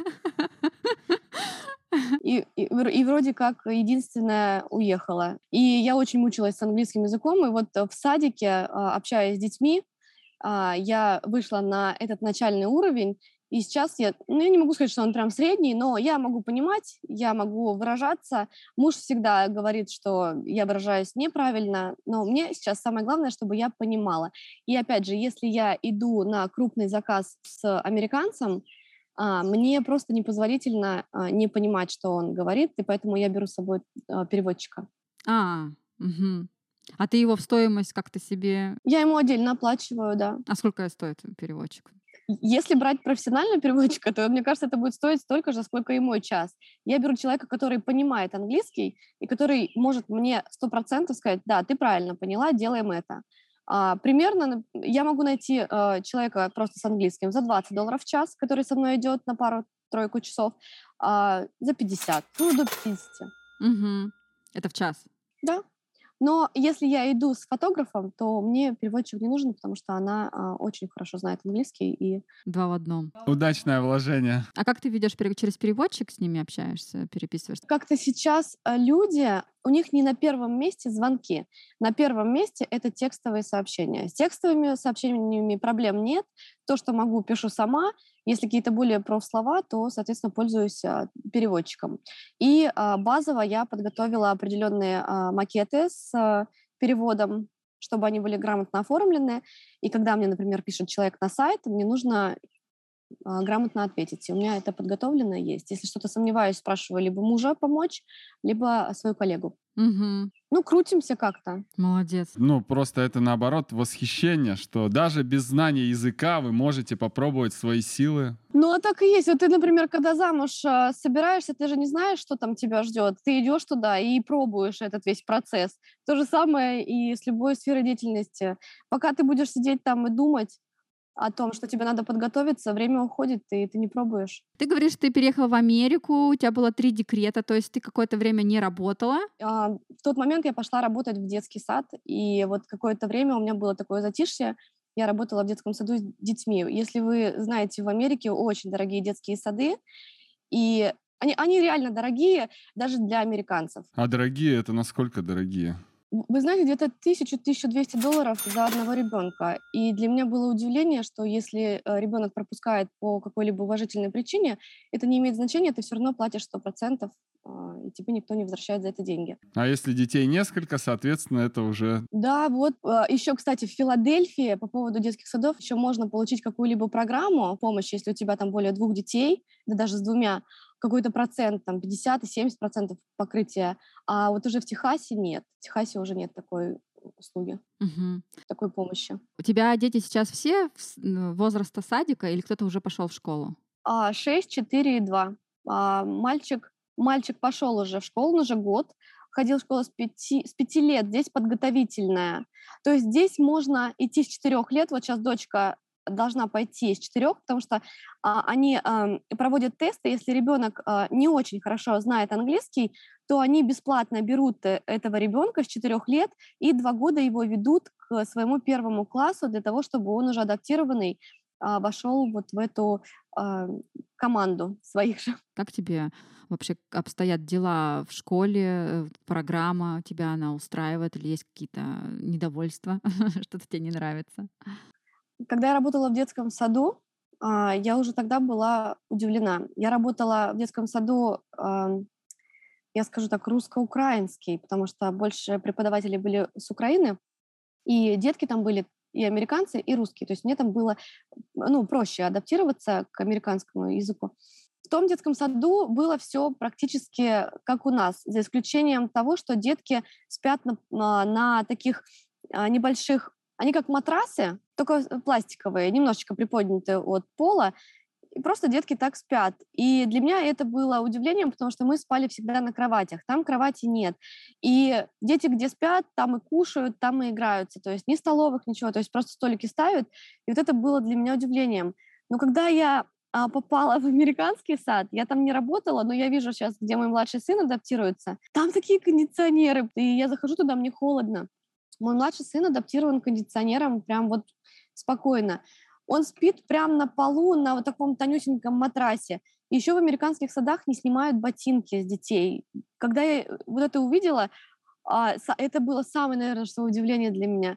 И, и, вр- и вроде как единственная уехала. И я очень мучилась с английским языком, и вот э, в садике, а, общаясь с детьми, а, я вышла на этот начальный уровень, и сейчас я, ну, я не могу сказать, что он прям средний, но я могу понимать, я могу выражаться. Муж всегда говорит, что я выражаюсь неправильно, но мне сейчас самое главное, чтобы я понимала. И опять же, если я иду на крупный заказ с американцем, а, мне просто непозволительно а, не понимать, что он говорит, и поэтому я беру с собой а, переводчика. А, мгм. А ты его в стоимость как-то себе... Я ему отдельно оплачиваю, да. А сколько стоит переводчик? Если брать профессионального переводчика, то, мне кажется, это будет стоить столько же, сколько и мой час. Я беру человека, который понимает английский и который может мне сто процентов сказать, да, ты правильно поняла, делаем это. А, примерно на- я могу найти э, человека просто с английским за двадцать долларов в час, который со мной идет на пару-тройку часов, а, за пятьдесят, ну, до пятидесяти. Мгм. Это в час. Да. Но если я иду с фотографом, то мне переводчик не нужен, потому что она а, очень хорошо знает английский. И Два в одном. Удачное вложение. А как ты ведешь пере- через переводчик с ними общаешься, переписываешься? как-то сейчас а, люди, у них не на первом месте звонки. На первом месте это текстовые сообщения. С текстовыми сообщениями проблем нет. То, что могу, пишу сама. Если какие-то более профслова, то, соответственно, пользуюсь а, переводчиком. И а, базово я подготовила определенные а, макеты с а, переводом, чтобы они были грамотно оформлены. И когда мне, например, пишет человек на сайт, мне нужно а, грамотно ответить. И у меня это подготовлено есть. Если что-то сомневаюсь, спрашиваю либо мужа помочь, либо свою коллегу. Мгм. Ну, крутимся как-то. Молодец. Ну, просто это наоборот восхищение, что даже без знания языка вы можете попробовать свои силы. Ну, а так и есть. Вот ты, например, когда замуж а, собираешься, ты же не знаешь, что там тебя ждет. Ты идешь туда и пробуешь этот весь процесс. То же самое и с любой сферой деятельности. Пока ты будешь сидеть там и думать о том, что тебе надо подготовиться, время уходит, и ты не пробуешь. Ты говоришь, ты переехала в Америку, у тебя было три декрета, то есть ты какое-то время не работала. А, В тот момент я пошла работать в детский сад, и вот какое-то время у меня было такое затишье. Я работала в детском саду с детьми. Если вы знаете, в Америке очень дорогие детские сады, и они, они реально дорогие даже для американцев. А дорогие — это насколько дорогие? В- Вы знаете, где-то тысяча-тысяча двести долларов за одного ребенка. И для меня было удивление, что если ребенок пропускает по какой-либо уважительной причине, это не имеет значения, ты все равно платишь сто процентов, а, и тебе никто не возвращает за это деньги. А если детей несколько, соответственно, это уже... Да, вот еще, кстати, в Филадельфии по поводу детских садов еще можно получить какую-либо программу помощи, если у тебя там более двух детей, да даже с двумя, какой-то процент, там пятьдесят и семьдесят процентов покрытия. А вот уже в Техасе нет. В Техасе уже нет такой услуги, Мгм. такой помощи. У тебя дети сейчас все в с- н- возраста садика или кто-то уже пошел в школу? А шесть, четыре и два. А мальчик, мальчик пошел уже в школу, он уже год. Ходил в школу с пяти, с пяти лет, здесь подготовительная. То есть здесь можно идти с четырех лет. Вот сейчас дочка должна пойти с четырех, потому что а, они ам, проводят тесты. Если ребенок а, не очень хорошо знает английский, то они бесплатно берут э, этого ребенка с четырех лет и два года его ведут к своему первому классу для того, чтобы он уже адаптированный а, вошел вот в эту а, команду своих же. Как тебе вообще обстоят дела в школе, э, программа, тебя она устраивает или есть какие-то недовольства, что-то тебе не нравится? Когда я работала в детском саду, а, я уже тогда была удивлена. Я работала в детском саду, ам, я скажу так, русско-украинский, потому что больше преподаватели были с Украины, и детки там были и американцы, и русские. То есть мне там было ну, проще адаптироваться к американскому языку. В том детском саду было все практически как у нас, за исключением того, что детки спят на, на- на таких а, небольших, они как матрасы, только пластиковые, немножечко приподнятые от пола, и просто детки так спят. И для меня это было удивлением, потому что мы спали всегда на кроватях. Там кровати нет. И дети, где спят, там и кушают, там и играются. То есть ни столовых, ничего. То есть просто столики ставят. И вот это было для меня удивлением. Но когда я а, попала в американский сад, я там не работала, но я вижу сейчас, где мой младший сын адаптируется, там такие кондиционеры. И я захожу туда, мне холодно. Мой младший сын адаптирован кондиционером прям вот спокойно. Он спит прямо на полу на вот таком тонюсеньком матрасе. Еще в американских садах не снимают ботинки с детей. Когда я вот это увидела, а, са- это было самое, наверное, что удивление для меня.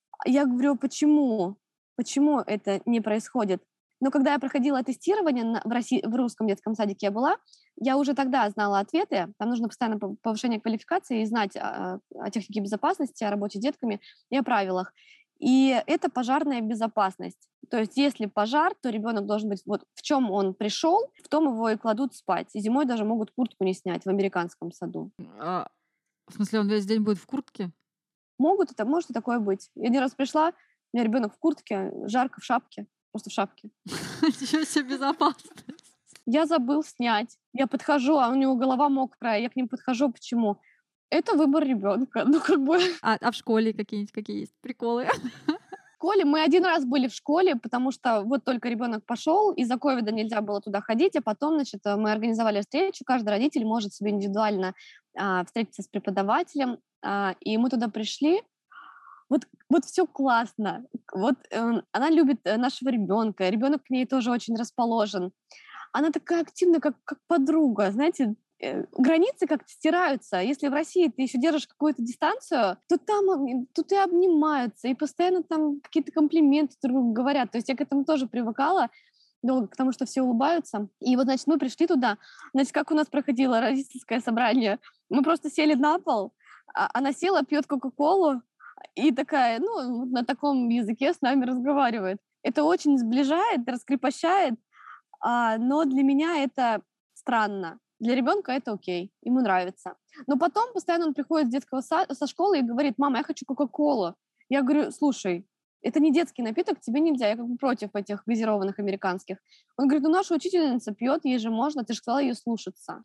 Я говорю, почему? Почему это не происходит? Но когда я проходила тестирование на- в, России, в русском детском садике я была, я уже тогда знала ответы. Там нужно постоянно пов- повышение квалификации и знать а, о технике безопасности, о работе с детками и о правилах. И это пожарная безопасность. То есть если пожар, то ребенок должен быть вот в чем он пришел, в том его и кладут спать. И зимой даже могут куртку не снять в американском саду. А, в смысле, он весь день будет в куртке? Могут это, может и такое быть. Я один раз пришла, у меня ребенок в куртке, жарко в шапке, просто в шапке. Ничего себе безопасность. Я забыл снять. Я подхожу, а у него голова мокрая. Я к ним подхожу. Почему? Это выбор ребенка. Ну, как бы А, а в школе какие-нибудь какие есть приколы? в школе мы один раз были в школе, потому что вот только ребенок пошел, из-за ковида нельзя было туда ходить, а потом, значит, э, мы организовали встречу, каждый родитель может себе индивидуально а, встретиться с преподавателем, а, и мы туда пришли. Вот, вот все классно. Вот э, она любит э, нашего ребенка, ребенок к ней тоже очень расположен. Она такая активная, как, как подруга, знаете, э, границы как-то стираются. Если в России ты еще держишь какую-то дистанцию, то там м, тут и обнимаются, и постоянно там какие-то комплименты друг другу говорят. То есть я к этому тоже привыкала, долго, потому что все улыбаются. И вот, значит, мы пришли туда. Значит, как у нас проходило родительское собрание? Мы просто сели на пол, а она села, пьет Кока-Колу, и такая, ну, на таком языке с нами разговаривает. Это очень сближает, раскрепощает, а, но для меня это странно. Для ребенка это окей, ему нравится. Но потом постоянно он приходит с детского са- со школы и говорит: мама, я хочу Кока-Колу. Я говорю: слушай, это не детский напиток, тебе нельзя, я как бы против этих газированных американских. Он говорит: ну наша учительница пьет, ей же можно, ты же сказала ее слушаться.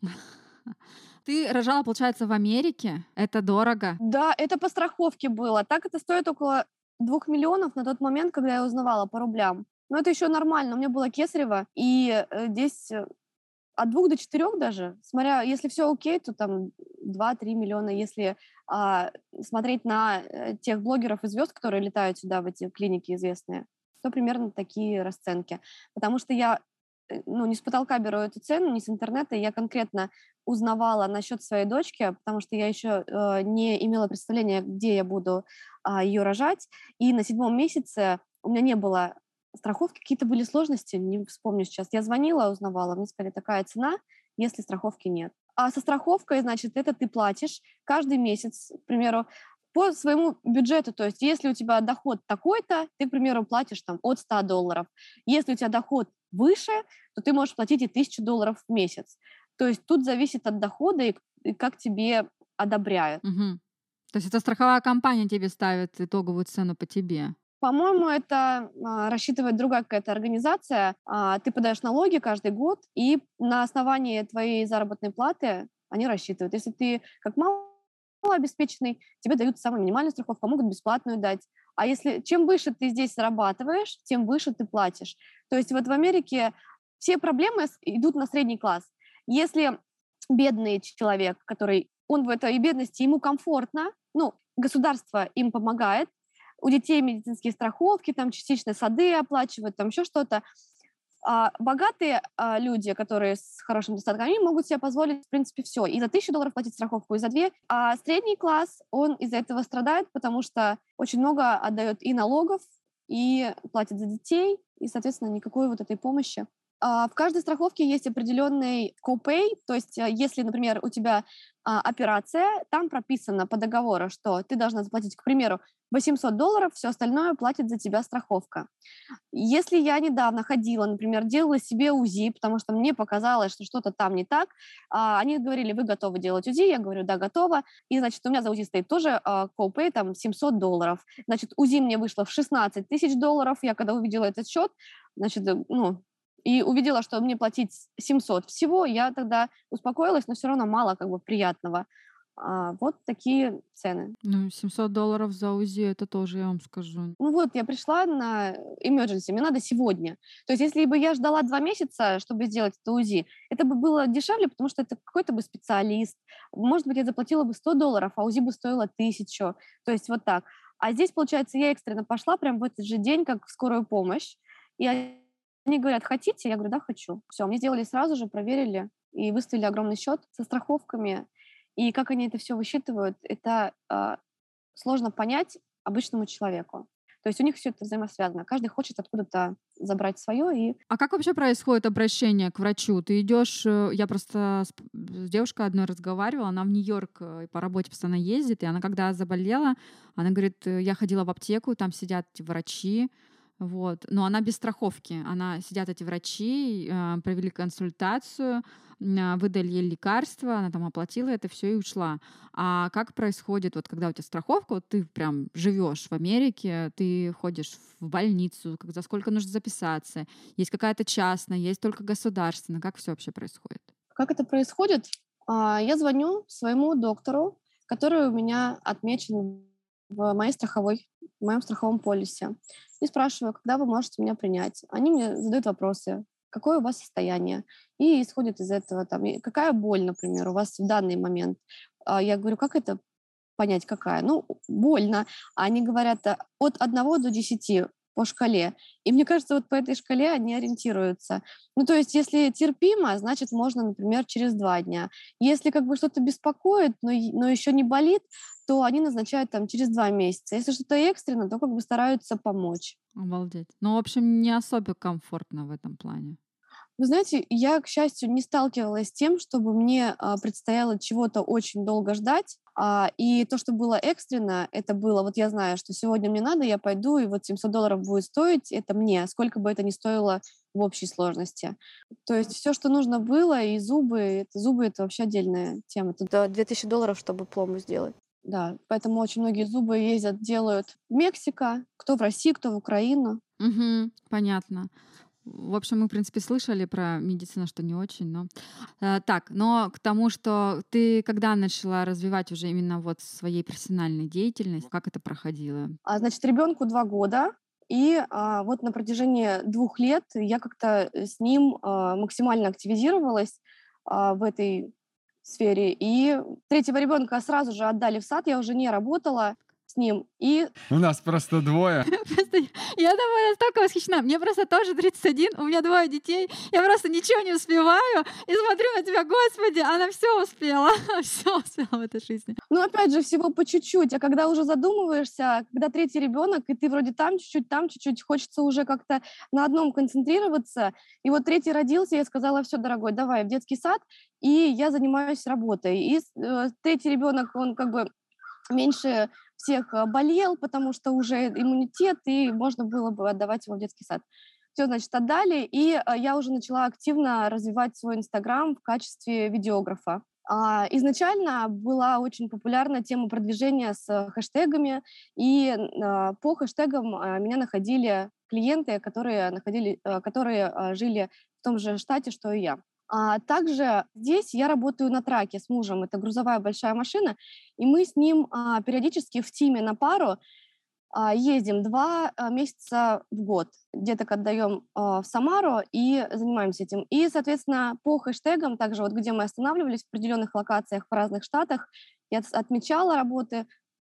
Ты рожала, получается, в Америке? Это дорого. Да, это по страховке было. Так это стоит около двух миллионов на тот момент, когда я узнавала по рублям. Но это еще нормально. У меня было кесарево, и э, здесь э, от двух до четырех даже, смотря, если все окей, то там два-три миллиона. Если а, смотреть на э, тех блогеров и звезд, которые летают сюда, в эти клиники известные, то примерно такие расценки. Потому что я э, ну, не с потолка беру эту цену, не с интернета, я конкретно узнавала насчет своей дочки, потому что я еще э, не имела представления, где я буду а, ее рожать. И на седьмом месяце у меня не было страховки, какие-то были сложности, не вспомню сейчас. Я звонила, узнавала, мне сказали, такая цена, если страховки нет. А со страховкой, значит, это ты платишь каждый месяц, к примеру, по своему бюджету. То есть если у тебя доход такой-то, ты, к примеру, платишь там от ста долларов. Если у тебя доход выше, то ты можешь платить и тысячу долларов в месяц. То есть тут зависит от дохода и, и как тебе одобряют. Мгм. То есть это страховая компания тебе ставит итоговую цену по тебе. По-моему, это а, рассчитывает другая какая-то организация. А, ты подаешь налоги каждый год, и на основании твоей заработной платы они рассчитывают. Если ты как малообеспеченный, тебе дают самую минимальную страховку, а могут бесплатную дать. А если чем выше ты здесь зарабатываешь, тем выше ты платишь. То есть вот в Америке все проблемы с- идут на средний класс. Если бедный человек, который, он в этой бедности, ему комфортно, ну, государство им помогает, у детей медицинские страховки, там частично сады оплачивают, там еще что-то. А богатые а, люди, которые с хорошим достатком, они могут себе позволить, в принципе, все. И за тысячу долларов платить страховку, и за две. А средний класс, он из-за этого страдает, потому что очень много отдает и налогов, и платит за детей, и, соответственно, никакой вот этой помощи. А, В каждой страховке есть определенный copay, то есть э, если, например, у тебя а, операция, там прописано по договору, что ты должна заплатить, к примеру, восемьсот долларов, все остальное платит за тебя страховка. Если я недавно ходила, например, делала себе УЗИ, потому что мне показалось, что что-то там не так, а, они говорили: вы готовы делать УЗИ? Я говорю: да, готова. И, значит, у меня за УЗИ стоит тоже а, copay, там, семьсот долларов. Значит, УЗИ мне вышло в шестнадцать тысяч долларов. Я когда увидела этот счет, значит, э, ну, и увидела, что мне платить семьсот всего, я тогда успокоилась, но все равно мало как бы приятного. А, вот такие цены. Ну, семьсот долларов за УЗИ, это тоже, я вам скажу. Ну вот, я пришла на emergency, мне надо сегодня. То есть если бы я ждала два месяца, чтобы сделать это УЗИ, это бы было дешевле, потому что это какой-то бы специалист. Может быть, я заплатила бы сто долларов, а УЗИ бы стоило тысячу. То есть вот так. А здесь, получается, я экстренно пошла прям в этот же день, как в скорую помощь. И они говорят: хотите? Я говорю: да, хочу. Все, мне сделали сразу же, проверили и выставили огромный счет со страховками. И как они это все высчитывают, это а, сложно понять обычному человеку. То есть у них все это взаимосвязано. Каждый хочет откуда-то забрать свое. И А как вообще происходит обращение к врачу? Ты идешь, э, я просто с, п- с девушкой одной разговаривала, она в Нью-Йорк э, по работе постоянно ездит, и она когда заболела, она говорит: «Э, я ходила в аптеку, там сидят эти врачи, вот, но она без страховки, она сидят эти врачи, э, провели консультацию, м, а, выдали ей лекарства, она там оплатила это все и ушла. А как происходит, вот когда у тебя страховка, вот ты прям живешь в Америке, ты ходишь в больницу, как- за сколько нужно записаться, есть какая-то частная, есть только государственная, как все вообще происходит? как это происходит? А, Я звоню своему доктору, который у меня отмечен в моей страховой, в моем страховом полисе. И спрашиваю, когда вы можете меня принять. Они мне задают вопросы, какое у вас состояние. И исходит из этого, там, и какая боль, например, у вас в данный момент. А я говорю, как это понять, какая? Ну, больно. А они говорят а, от одного до десяти по шкале. И мне кажется, вот по этой шкале они ориентируются. Ну, то есть, если терпимо, значит, можно, например, через два дня. Если как бы что-то беспокоит, но, и- но еще не болит, то они назначают там через два месяца. Если что-то экстренно, то как бы стараются помочь. Обалдеть. Ну, в общем, не особо комфортно в этом плане. Вы знаете, я, к счастью, не сталкивалась с тем, чтобы мне а, предстояло чего-то очень долго ждать. А, и то, что было экстренно, это было, вот я знаю, что сегодня мне надо, я пойду, и вот семьсот долларов будет стоить, это мне, сколько бы это ни стоило в общей сложности. То есть все, что нужно было, и зубы, это, зубы это вообще отдельная тема. Тут Да, две тысячи долларов, чтобы пломбу сделать. да, поэтому очень многие зубы ездят, делают в Мексика, кто в Россию, кто в Украину. Мгм, понятно. В общем, мы, в принципе, слышали про медицину, что не очень, но... э, так, но к тому, что ты когда начала развивать уже именно вот своей профессиональной деятельность, как это проходило? А, значит, ребенку два года, и а, вот на протяжении двух лет я как-то э, с ним а, максимально активизировалась а, в этой сфере. И третьего ребенка сразу же отдали в сад, я уже не работала с ним. И У нас просто двое. Просто я тобой настолько восхищена. Мне просто тоже тридцать один, у меня двое детей. Я просто ничего не успеваю и смотрю на тебя, Господи, она все успела. Все успела в этой жизни. Ну, опять же, всего по чуть-чуть. А когда уже задумываешься, когда третий ребенок, и ты вроде там чуть-чуть, там чуть-чуть, хочется уже как-то на одном концентрироваться. И вот третий родился, я сказала, все, дорогой, давай в детский сад, и я занимаюсь работой. И э, третий ребенок, он как бы меньше всех э, болел, потому что уже иммунитет, и можно было бы отдавать его в детский сад. Все, значит, отдали, и э, я уже начала активно развивать свой Инстаграм в качестве видеографа. А, изначально была очень популярна тема продвижения с э, хэштегами, и э, по хэштегам э, меня находили клиенты, которые, находили, э, которые э, жили в том же штате, что и я. А также здесь я работаю на траке с мужем, это грузовая большая машина, и мы с ним а, периодически в тиме на пару а, ездим два а, месяца в год. Деток отдаем а, в Самару и занимаемся этим. И, соответственно, по хэштегам, также вот где мы останавливались в определенных локациях в разных штатах, я отмечала работы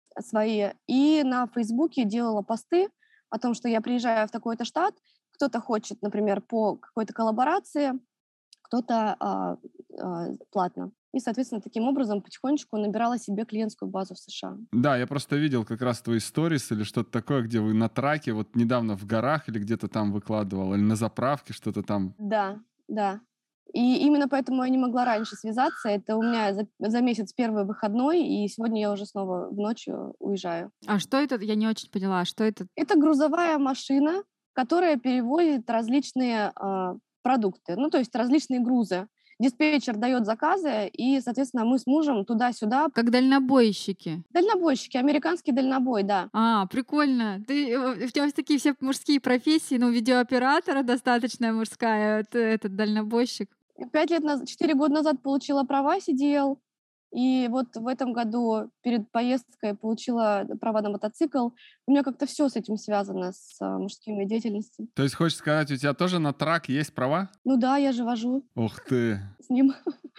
свои и на Фейсбуке делала посты о том, что я приезжаю в такой-то штат, кто-то хочет, например, по какой-то коллаборации, кто-то а, а, платно. И, соответственно, таким образом потихонечку набирала себе клиентскую базу в США. Да, я просто видел как раз твои сторис или что-то такое, где вы на траке, вот недавно в горах или где-то там выкладывал, или на заправке что-то там. Да, да. И именно поэтому я не могла раньше связаться. Это у меня за, за месяц первый выходной, и сегодня я уже снова в ночью уезжаю. А что это? Я не очень поняла. Что это? Это грузовая машина, которая перевозит различные а, продукты, ну, то есть различные грузы. Диспетчер дает заказы, и, соответственно, мы с мужем туда-сюда. Как дальнобойщики. Дальнобойщики, американский дальнобой, да. А, прикольно. Ты, э, у тебя такие все мужские профессии, ну, видеооператора достаточно мужская, это, этот дальнобойщик. Пять лет назад, четыре года назад получила права, си ди эл, и вот в этом году перед поездкой получила права на мотоцикл. У меня как-то все с этим связано, с а, мужскими деятельностью. То есть, хочешь сказать, у тебя тоже на трак есть права? Ну да, я же вожу Ух ты. с ним.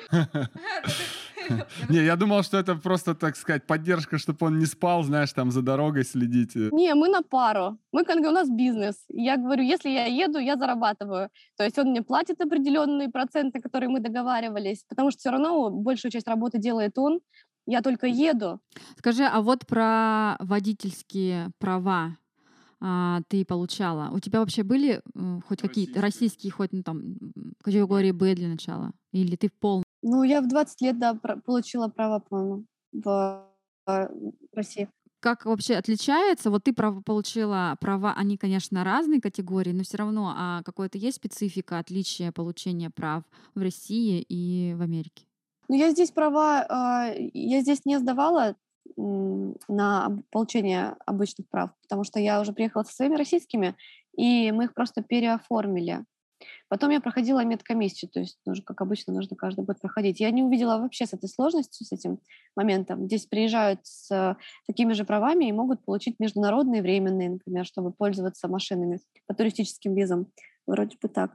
Не, я думал, что это просто, так сказать, поддержка, чтобы он не спал, знаешь, там за дорогой следить. Не, мы на пару. Мы, как бы, у нас бизнес. Я говорю, если я еду, я зарабатываю. То есть он мне платит определенные проценты, которые мы договаривались, потому что все равно большую часть работы делает он. Я только еду. Скажи, а вот про водительские права а, ты получала. У тебя вообще были м, хоть какие-то российские, хоть ну, там м, категории Б для начала? Или ты в полном? Ну, я в двадцать лет, да, про- получила права, по-моему, в э, России. Как вообще отличается? Вот ты прав- получила права, они, конечно, разные категории, но все равно, а какое-то есть специфика отличия получения прав в России и в Америке? Ну, я здесь права, э, я здесь не сдавала м, на об- получение обычных прав, потому что я уже приехала со своими российскими, и мы их просто переоформили. Потом я проходила медкомиссию, то есть тоже, как обычно, нужно каждый год проходить. Я не увидела вообще с этой сложностью, с этим моментом. Здесь приезжают с э, такими же правами и могут получить международные временные, например, чтобы пользоваться машинами по туристическим визам. Вроде бы так.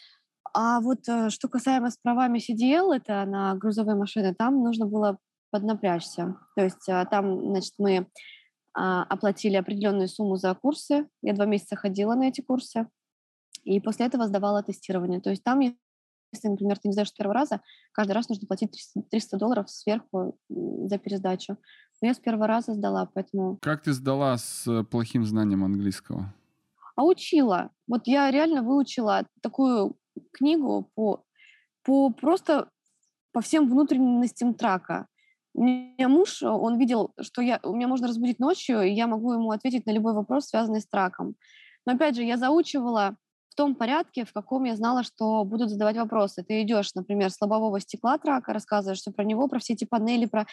А вот э, что касаемо с правами си ди эл, это на грузовые машины, там нужно было поднапрячься. То есть э, там, значит, мы а, оплатили определенную сумму за курсы. Я два месяца ходила на эти курсы. И после этого сдавала тестирование. То есть там, если, например, ты не сдаешь с первого раза, каждый раз нужно платить триста долларов сверху за пересдачу. Но я с первого раза сдала, поэтому... Как ты сдала с э, плохим знанием английского? А учила. Вот я реально выучила такую книгу по, по просто по всем внутренностям трака. У меня муж, он видел, что я, меня можно разбудить ночью, и я могу ему ответить на любой вопрос, связанный с траком. Но опять же, я заучивала в том порядке, в каком я знала, что будут задавать вопросы. Ты идешь, например, с лобового стекла трака, рассказываешь все про него, про все эти панели, про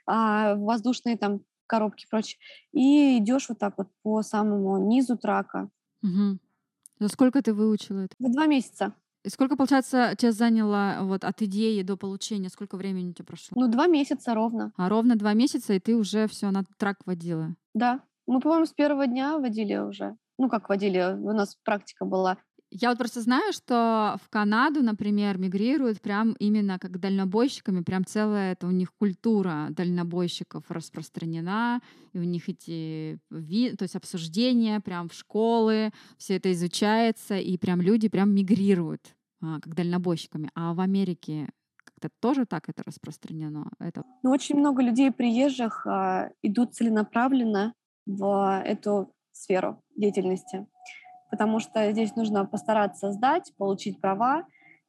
а, воздушные там коробки и прочее, и идешь вот так вот по самому низу трака. Мгм. За сколько ты выучила это? В два месяца. И сколько, получается, тебя заняло вот от идеи до получения? Сколько времени у тебя прошло? Ну, два месяца ровно. А ровно два месяца, и ты уже все на трак водила. Да. Мы, по-моему, с первого дня водили уже. Ну, как водили, у нас практика была. Я вот просто знаю, что в Канаду, например, мигрируют прям именно как дальнобойщиками, прям целая это у них культура дальнобойщиков распространена, и у них эти ви- то есть обсуждения прям в школы, все это изучается, и прям люди прям мигрируют а, как дальнобойщиками. А в Америке как-то тоже так это распространено? Это... Но очень много людей приезжих а, идут целенаправленно в эту сферу деятельности, потому что здесь нужно постараться сдать, получить права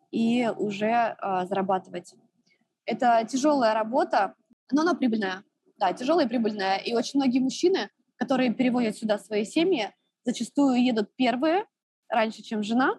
и уже а, зарабатывать. Это тяжелая работа, но она прибыльная. Да, тяжелая и прибыльная. И очень многие мужчины, которые переводят сюда свои семьи, зачастую едут первые, раньше, чем жена,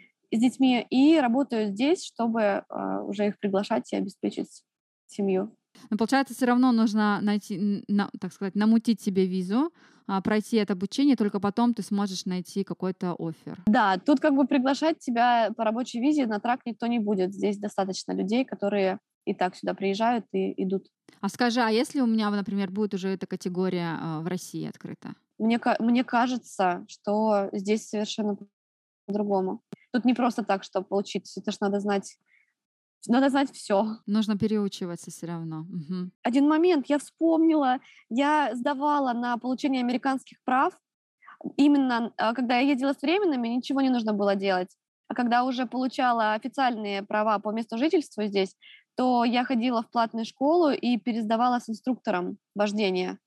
с детьми, и работают здесь, чтобы а, уже их приглашать и обеспечить семью. Но получается, все равно нужно найти, н- на- так сказать, намутить себе визу, а, пройти это обучение, только потом ты сможешь найти какой-то оффер. Да, тут как бы приглашать тебя по рабочей визе на трак никто не будет. Здесь достаточно людей, которые и так сюда приезжают и идут. А скажи, а если у меня, например, будет уже эта категория а, в России открыта? Мне, ка- мне кажется, что здесь совершенно по-другому. Тут не просто так, что получить, это ж надо знать, надо знать все. Нужно переучиваться все равно. Мгм. Один момент, я вспомнила, я сдавала на получение американских прав. Именно а, когда я ездила с временными, ничего не нужно было делать. А когда уже получала официальные права по месту жительства здесь, то я ходила в платную школу и пересдавала с инструктором вождения.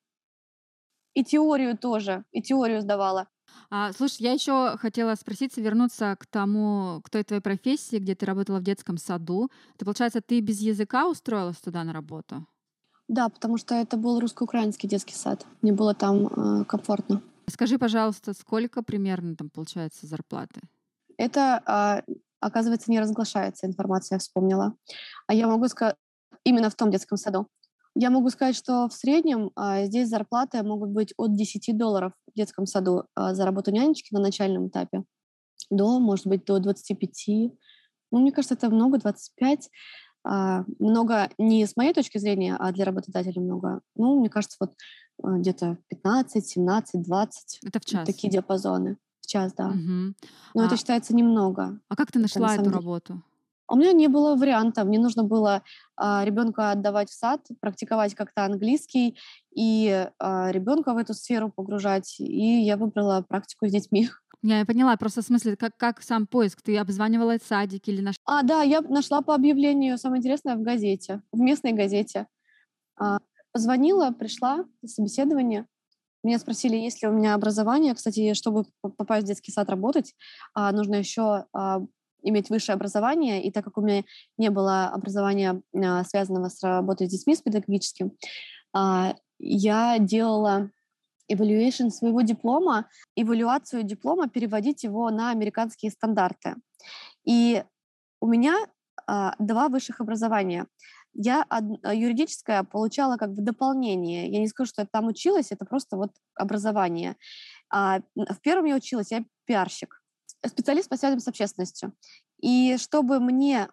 И теорию тоже, и теорию сдавала. А, слушай, я еще хотела спросить, вернуться к тому, к той твоей профессии, где ты работала в детском саду. Ты, получается, ты без языка устроилась туда на работу? Да, потому что это был русско-украинский детский сад. Мне было там э, комфортно. Скажи, пожалуйста, сколько примерно там получается зарплаты? Это, а, оказывается, не разглашается информация, я вспомнила. А я могу сказать, именно в том детском саду. Я могу сказать, что в среднем а, здесь зарплаты могут быть от десяти долларов в детском саду а, за работу нянечки на начальном этапе до, может быть, до двадцати пяти. Ну, мне кажется, это много, двадцать пять. А, много не с моей точки зрения, а для работодателя много. Ну, мне кажется, вот а, где-то пятнадцать, семнадцать, двадцать. Это в час? Такие диапазоны. В час, да. Мгм. Но это А, считается немного. а как ты Это на нашла самом эту деле. работу? У меня не было варианта. Мне нужно было а, ребенка отдавать в сад, практиковать как-то английский и а, ребенка в эту сферу погружать. И я выбрала практику с детьми. Я я поняла, просто в смысле, как, как сам поиск? Ты обзванивала садики или нашла? А, да, я нашла по объявлению, самое интересное, в газете, в местной газете. А, позвонила, пришла на собеседование. Меня спросили, есть ли у меня образование. Кстати, чтобы п- попасть в детский сад работать, а, нужно еще а, иметь высшее образование. И так как у меня не было образования, а, связанного с работой с детьми, с педагогическим, а, я делала evaluation своего диплома, эвалюацию диплома, переводить его на американские стандарты. И у меня а, два высших образования. Я од- а, юридическое получала как в дополнение. Я не скажу, что я там училась, это просто вот образование. А, н- в первом я училась, я пиарщик. специалист по связям с общественностью. И чтобы мне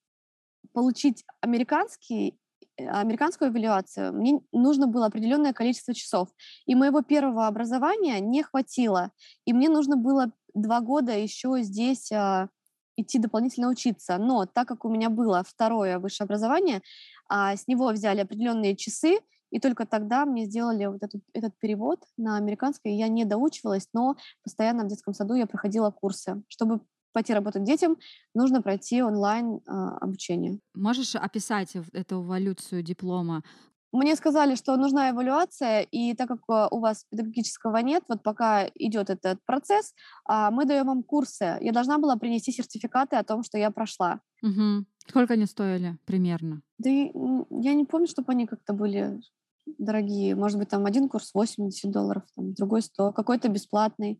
получить американский, э, американскую эвалюацию, мне нужно было определенное количество часов. И моего первого образования не хватило. И мне нужно было два года еще здесь а, идти дополнительно учиться. Но так как у меня было второе высшее образование, а, с него взяли определенные часы, и только тогда мне сделали вот эту- этот перевод на американский. Я не доучивалась, но постоянно в детском саду я проходила курсы. Чтобы пойти работать детям, нужно пройти онлайн а, обучение. Можешь описать в- эту эволюцию диплома? Мне сказали, что нужна эвалюация, и так как а, у вас педагогического нет, вот пока идет этот процесс, а, мы даем вам курсы. Я должна была принести сертификаты о том, что я прошла. Мгм. Сколько они стоили примерно? Да и, м, я не помню, чтобы они как-то были дорогие. Может быть, там один курс восемьдесят долларов, там, другой сто, какой-то бесплатный.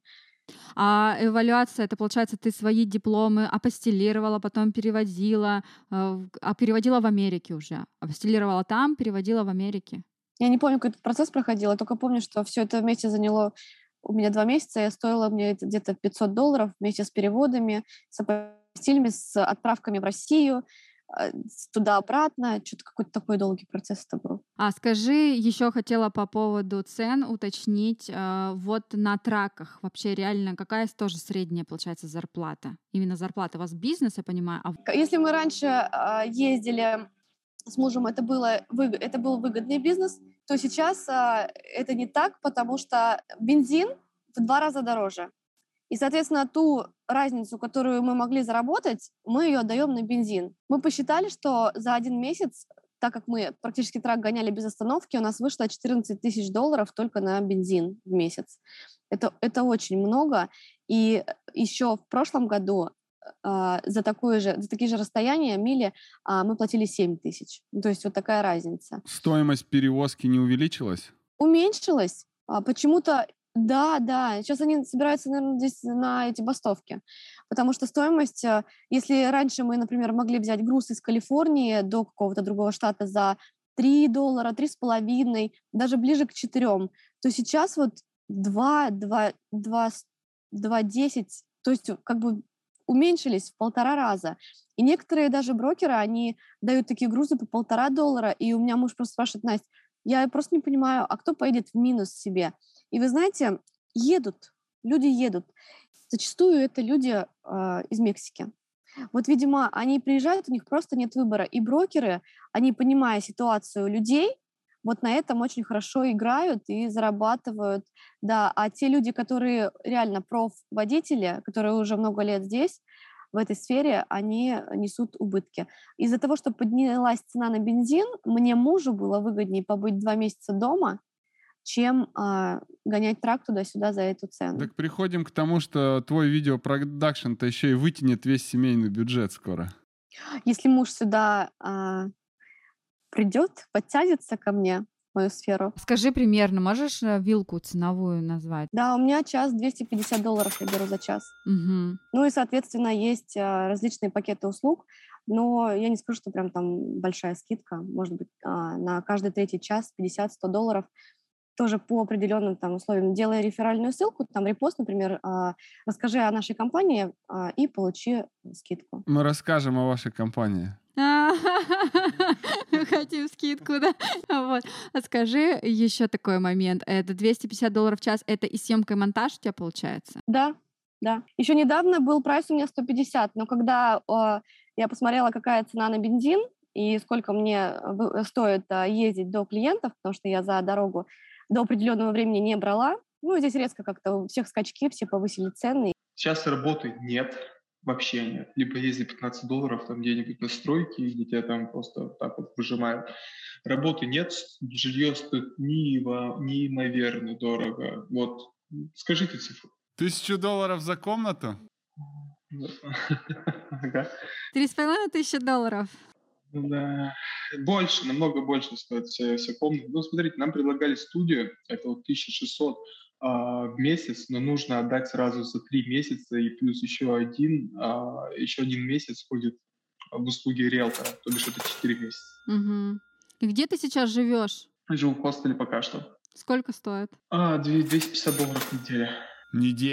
А эвалюация, это получается, ты свои дипломы апостилировала, потом переводила, э, в- а переводила в Америке уже. Апостилировала там, переводила в Америке. Я не помню, как этот процесс проходил, я только помню, что все это вместе заняло у меня два месяца, и стоило мне это где-то пятьсот долларов вместе с переводами, с апостилями, с отправками в Россию, э, с- туда-обратно. Что-то какой-то такой долгий процесс это был. А скажи, еще хотела по поводу цен уточнить. э, Вот на траках вообще реально какая тоже средняя получается зарплата? Именно зарплата. У вас бизнес, я понимаю, а в- К- Если мы раньше а, ездили с мужем, это, было, выг- это был выгодный бизнес, то сейчас а, это не так, потому что бензин в два раза дороже. И, соответственно, ту разницу, которую мы могли заработать, мы ее отдаем на бензин. Мы посчитали, что за один месяц, так как мы практически трак гоняли без остановки, у нас вышло четырнадцать тысяч долларов только на бензин в месяц. Это, это очень много. И еще в прошлом году а, за, такое же, за такие же расстояния мили а, мы платили семь тысяч. Ну, то есть вот такая разница. Стоимость перевозки не увеличилась? Уменьшилось. А, почему-то, да, да. Сейчас они собираются, наверное, здесь на эти бастовки. Потому что стоимость, а, если раньше мы, например, могли взять груз из Калифорнии до какого-то другого штата за три доллара, три с половиной, даже ближе к четырем, то сейчас вот два, два, два, два десять, то есть как бы уменьшились в полтора раза. И некоторые даже брокеры, они дают такие грузы по полтора доллара, и у меня муж просто спрашивает: Настя, я просто не понимаю, а кто поедет в минус себе? И вы знаете, едут, люди едут. Зачастую это люди а, из Мексики. Вот, видимо, они приезжают, у них просто нет выбора. И брокеры, они, понимая ситуацию людей, вот на этом очень хорошо играют и зарабатывают. Да, а те люди, которые реально профводители, которые уже много лет здесь, в этой сфере, они несут убытки. Из-за того, что поднялась цена на бензин, мне мужу было выгоднее побыть два месяца дома, чем а, гонять трак туда-сюда за эту цену. Так приходим к тому, что твой видеопродакшн-то еще и вытянет весь семейный бюджет скоро. Если муж сюда а, придет, подтянется ко мне в мою сферу. скажи примерно, можешь э, вилку ценовую назвать? Да, у меня час двести пятьдесят долларов я беру за час. Мгм. Ну и, соответственно, есть а, различные пакеты услуг, но я не скажу, что прям там большая скидка. Может быть, а, на каждый третий час пятьдесят-сто долларов. Тоже по определенным там условиям. Делая реферальную ссылку, там репост, например, а, расскажи о нашей компании а, и получи скидку. Мы расскажем о вашей компании. Хотим скидку, да? Вот. А скажи еще такой момент. Это двести пятьдесят долларов в час, это и съемка, и монтаж у тебя получается? Да, да. Еще недавно был прайс у меня сто пятьдесят, но когда а, я посмотрела, какая цена на бензин и сколько мне вы- стоит а, ездить до клиентов, потому что я за дорогу до определенного времени не брала, ну, здесь резко как-то у всех скачки, все повысили цены. Сейчас работы нет, вообще нет. Либо есть за пятнадцать долларов там где-нибудь на стройке, где тебя там просто так вот выжимают. Работы нет, жилье стоит неимо- неимоверно дорого. Вот, скажите цифру. Тысячу долларов за комнату? Ага. Три с половиной тысячи долларов. Ну да, больше, намного больше стоит вся, вся комната. Ну, смотрите, нам предлагали студию, это вот тысяча шестьсот а, в месяц, но нужно отдать сразу за три месяца, и плюс еще один, а, еще один месяц ходит в услуги риэлтора, то бишь это четыре месяца. Мгм. И где ты сейчас живешь? Живу в хостеле пока что. Сколько стоит? А, две- двести пятьдесят долларов в неделю. Неделя.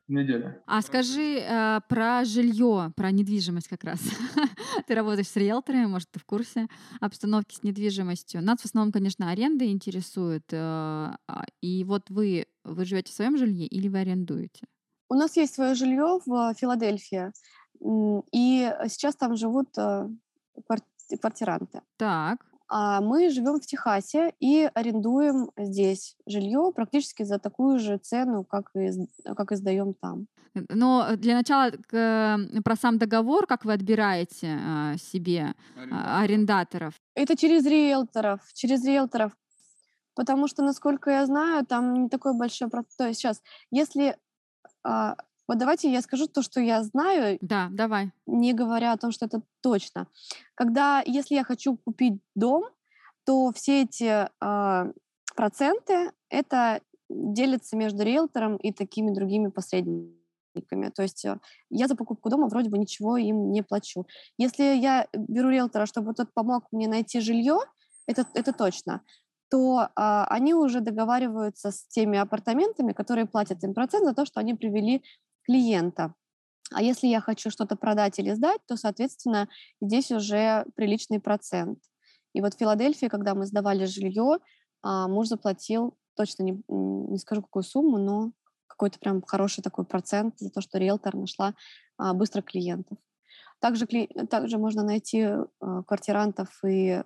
неделя. А скажи э, про жилье, про недвижимость как раз. Ты работаешь с риэлторами, может, ты в курсе обстановки с недвижимостью. Нас в основном, конечно, аренда интересует. э, а, И вот вы, вы живете в своем жилье или вы арендуете? У нас есть свое жилье в э, Филадельфии, м, и сейчас там живут э, квар- квартиранты. Так. А мы живем в Техасе и арендуем здесь жилье практически за такую же цену, как и, с- как и сдаем там. Но для начала к, э, про сам договор, как вы отбираете э, себе э, арендаторов. Это через риэлторов, через риэлторов, потому что, насколько я знаю, там не такой большой процент. То есть сейчас, если... а, вот давайте я скажу то, что я знаю, Да, давай. не говоря о том, что это точно. Когда, если я хочу купить дом, то все эти а, проценты, это делится между риэлтором и такими другими посредниками. То есть э, я за покупку дома вроде бы ничего им не плачу. Если я беру риэлтора, чтобы тот помог мне найти жилье, это, это точно, то а, они уже договариваются с теми апартаментами, которые платят им процент за то, что они привели клиента. А если я хочу что-то продать или сдать, то, соответственно, здесь уже приличный процент. И вот в Филадельфии, когда мы сдавали жилье, а, муж заплатил, точно не, м, не скажу какую сумму, но какой-то прям хороший такой процент за то, что риэлтор нашла а, быстро клиентов. Также, кли- также можно найти а, квартирантов и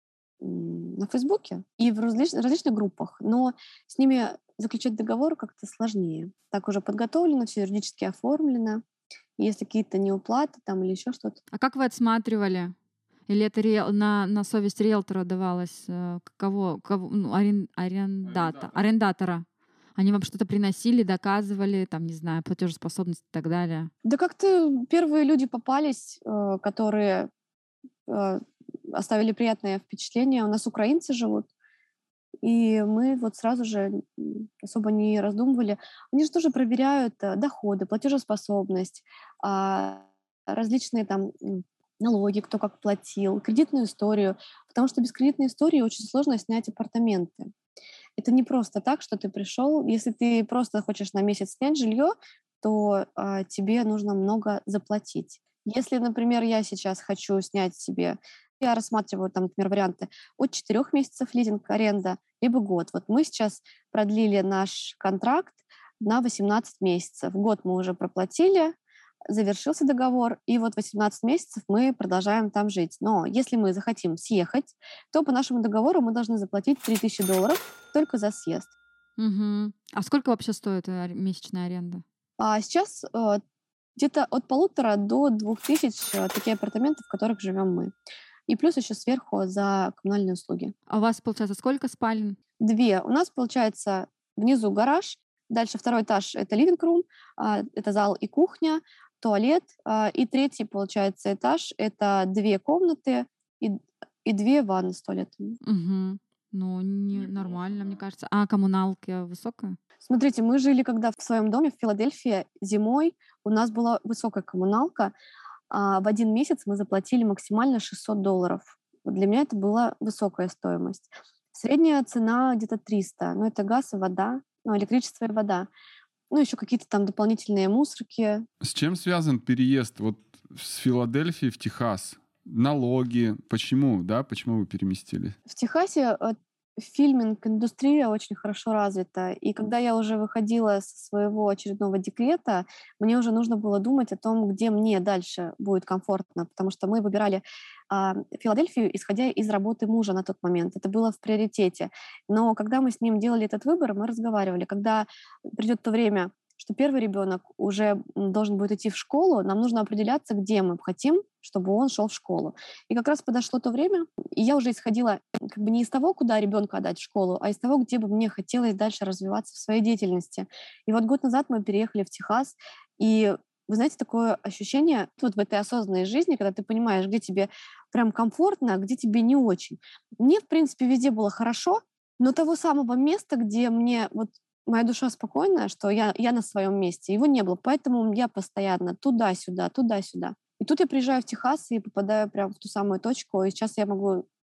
м, на Фейсбуке, и в различ- различных группах, но с ними заключать договор как-то сложнее. Так уже подготовлено, все юридически оформлено. Если какие-то неуплаты там или еще что-то. А как вы отсматривали? Или это риэл- на, на совесть риэлтора давалось? э, Кого? кого ну, арен- арендата, арендатора? Они вам что-то приносили, доказывали, там, не знаю, платежеспособность и так далее? Да как-то первые люди попались, э, которые э, оставили приятное впечатление. У нас украинцы живут, и мы вот сразу же м, особо не раздумывали. Они же тоже проверяют э, доходы, платежеспособность, а, различные там м, налоги, кто как платил, кредитную историю, потому что без кредитной истории очень сложно снять апартаменты. Это не просто так, что ты пришел. Если ты просто хочешь на месяц снять жилье, то а, тебе нужно много заплатить. Если, например, я сейчас хочу снять себе, я рассматриваю там, например, варианты от четырех месяцев лизинг, аренда, либо год. Вот мы сейчас продлили наш контракт на восемнадцать месяцев. Год мы уже проплатили, завершился договор, и вот восемнадцать месяцев мы продолжаем там жить. Но если мы захотим съехать, то по нашему договору мы должны заплатить три тысячи долларов только за съезд. Мгм. А сколько вообще стоит э, аре- месячная аренда? А сейчас э, где-то от полутора до двух тысяч э, такие апартаменты, в которых живем мы. И плюс еще сверху за коммунальные услуги. А у вас, получается, сколько спален? Две. У нас, получается, внизу гараж, дальше второй этаж — это living-room, а, это зал и кухня, туалет, а, и третий, получается, этаж — это две комнаты и, и две ванны с туалетами. Угу. Ну, не, нормально, мне кажется. А коммуналка высокая? Смотрите, мы жили когда в своем доме в Филадельфии зимой, у нас была высокая коммуналка, а в один месяц мы заплатили максимально шестьсот долларов. Вот для меня это была высокая стоимость. Средняя цена где-то триста, ну это газ и вода, ну электричество и вода. Ну еще какие-то там дополнительные мусорки. С чем связан переезд вот с Филадельфии в Техас? Налоги, почему, да, почему вы переместились? В Техасе э, фильминг-индустрия очень хорошо развита. И когда я уже выходила со своего очередного декрета, мне уже нужно было думать о том, где мне дальше будет комфортно, потому что мы выбирали а, Филадельфию, исходя из работы мужа на тот момент. Это было в приоритете. Но когда мы с ним делали этот выбор, мы разговаривали. Когда придет то время, что первый ребенок уже м, должен будет идти в школу, нам нужно определяться, где мы хотим, чтобы он шел в школу. И как раз подошло то время, и я уже исходила как бы не из того, куда ребенка отдать в школу, а из того, где бы мне хотелось дальше развиваться в своей деятельности. И вот год назад мы переехали в Техас, и вы знаете, такое ощущение вот в этой осознанной жизни, когда ты понимаешь, где тебе прям комфортно, а где тебе не очень. Мне, в принципе, везде было хорошо, но того самого места, где мне вот моя душа спокойная, что я, я на своем месте, его не было. Поэтому я постоянно туда-сюда, туда-сюда. И тут я приезжаю в Техас и попадаю прямо в ту самую точку. И сейчас я могу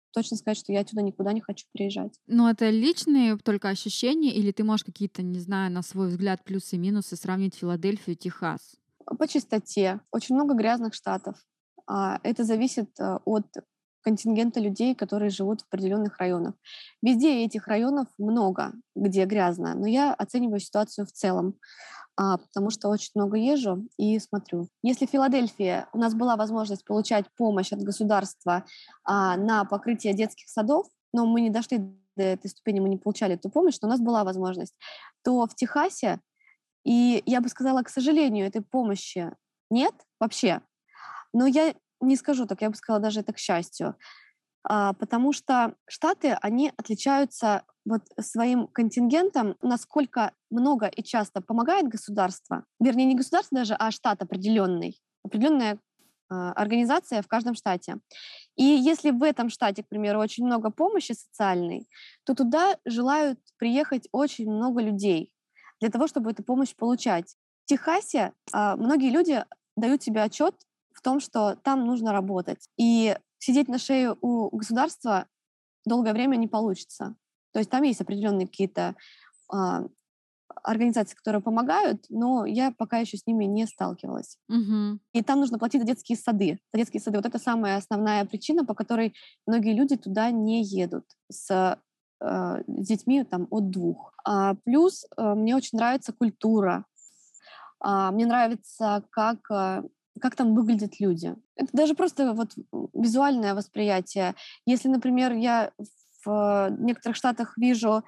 точно сказать, что я отсюда никуда не хочу переезжать. Но это личные только ощущения, или ты можешь какие-то, не знаю, на свой взгляд, плюсы и минусы сравнить Филадельфию и Техас? По чистоте. Очень много грязных штатов. А, Это зависит э, от контингента людей, которые живут в определенных районах. Везде этих районов много, где грязно, но я оцениваю ситуацию в целом, а, потому что очень много езжу и смотрю. Если в Филадельфии у нас была возможность получать помощь от государства а, на покрытие детских садов, но мы не дошли до этой ступени, мы не получали эту помощь, но у нас была возможность, то в Техасе, и я бы сказала, к сожалению, этой помощи нет вообще. Но я не скажу так, я бы сказала даже это к счастью. А, потому что Штаты, они отличаются вот своим контингентом, насколько много и часто помогает государство, вернее, не государство даже, а штат определенный, определенная а, организация в каждом штате. И если в этом штате, к примеру, очень много помощи социальной, то туда желают приехать очень много людей для того, чтобы эту помощь получать. В Техасе а, многие люди дают себе отчет в том, что там нужно работать. И сидеть на шее у государства долгое время не получится. То есть там есть определенные какие-то а, организации, которые помогают, но я пока еще с ними не сталкивалась. Мгм. И там нужно платить за детские сады. За детские сады. Вот это самая основная причина, по которой многие люди туда не едут с, э, с детьми там, от двух. А, плюс э, мне очень нравится культура. А, мне нравится, как, э, как там выглядят люди. Это даже просто вот визуальное восприятие. Если, например, я в некоторых штатах вижу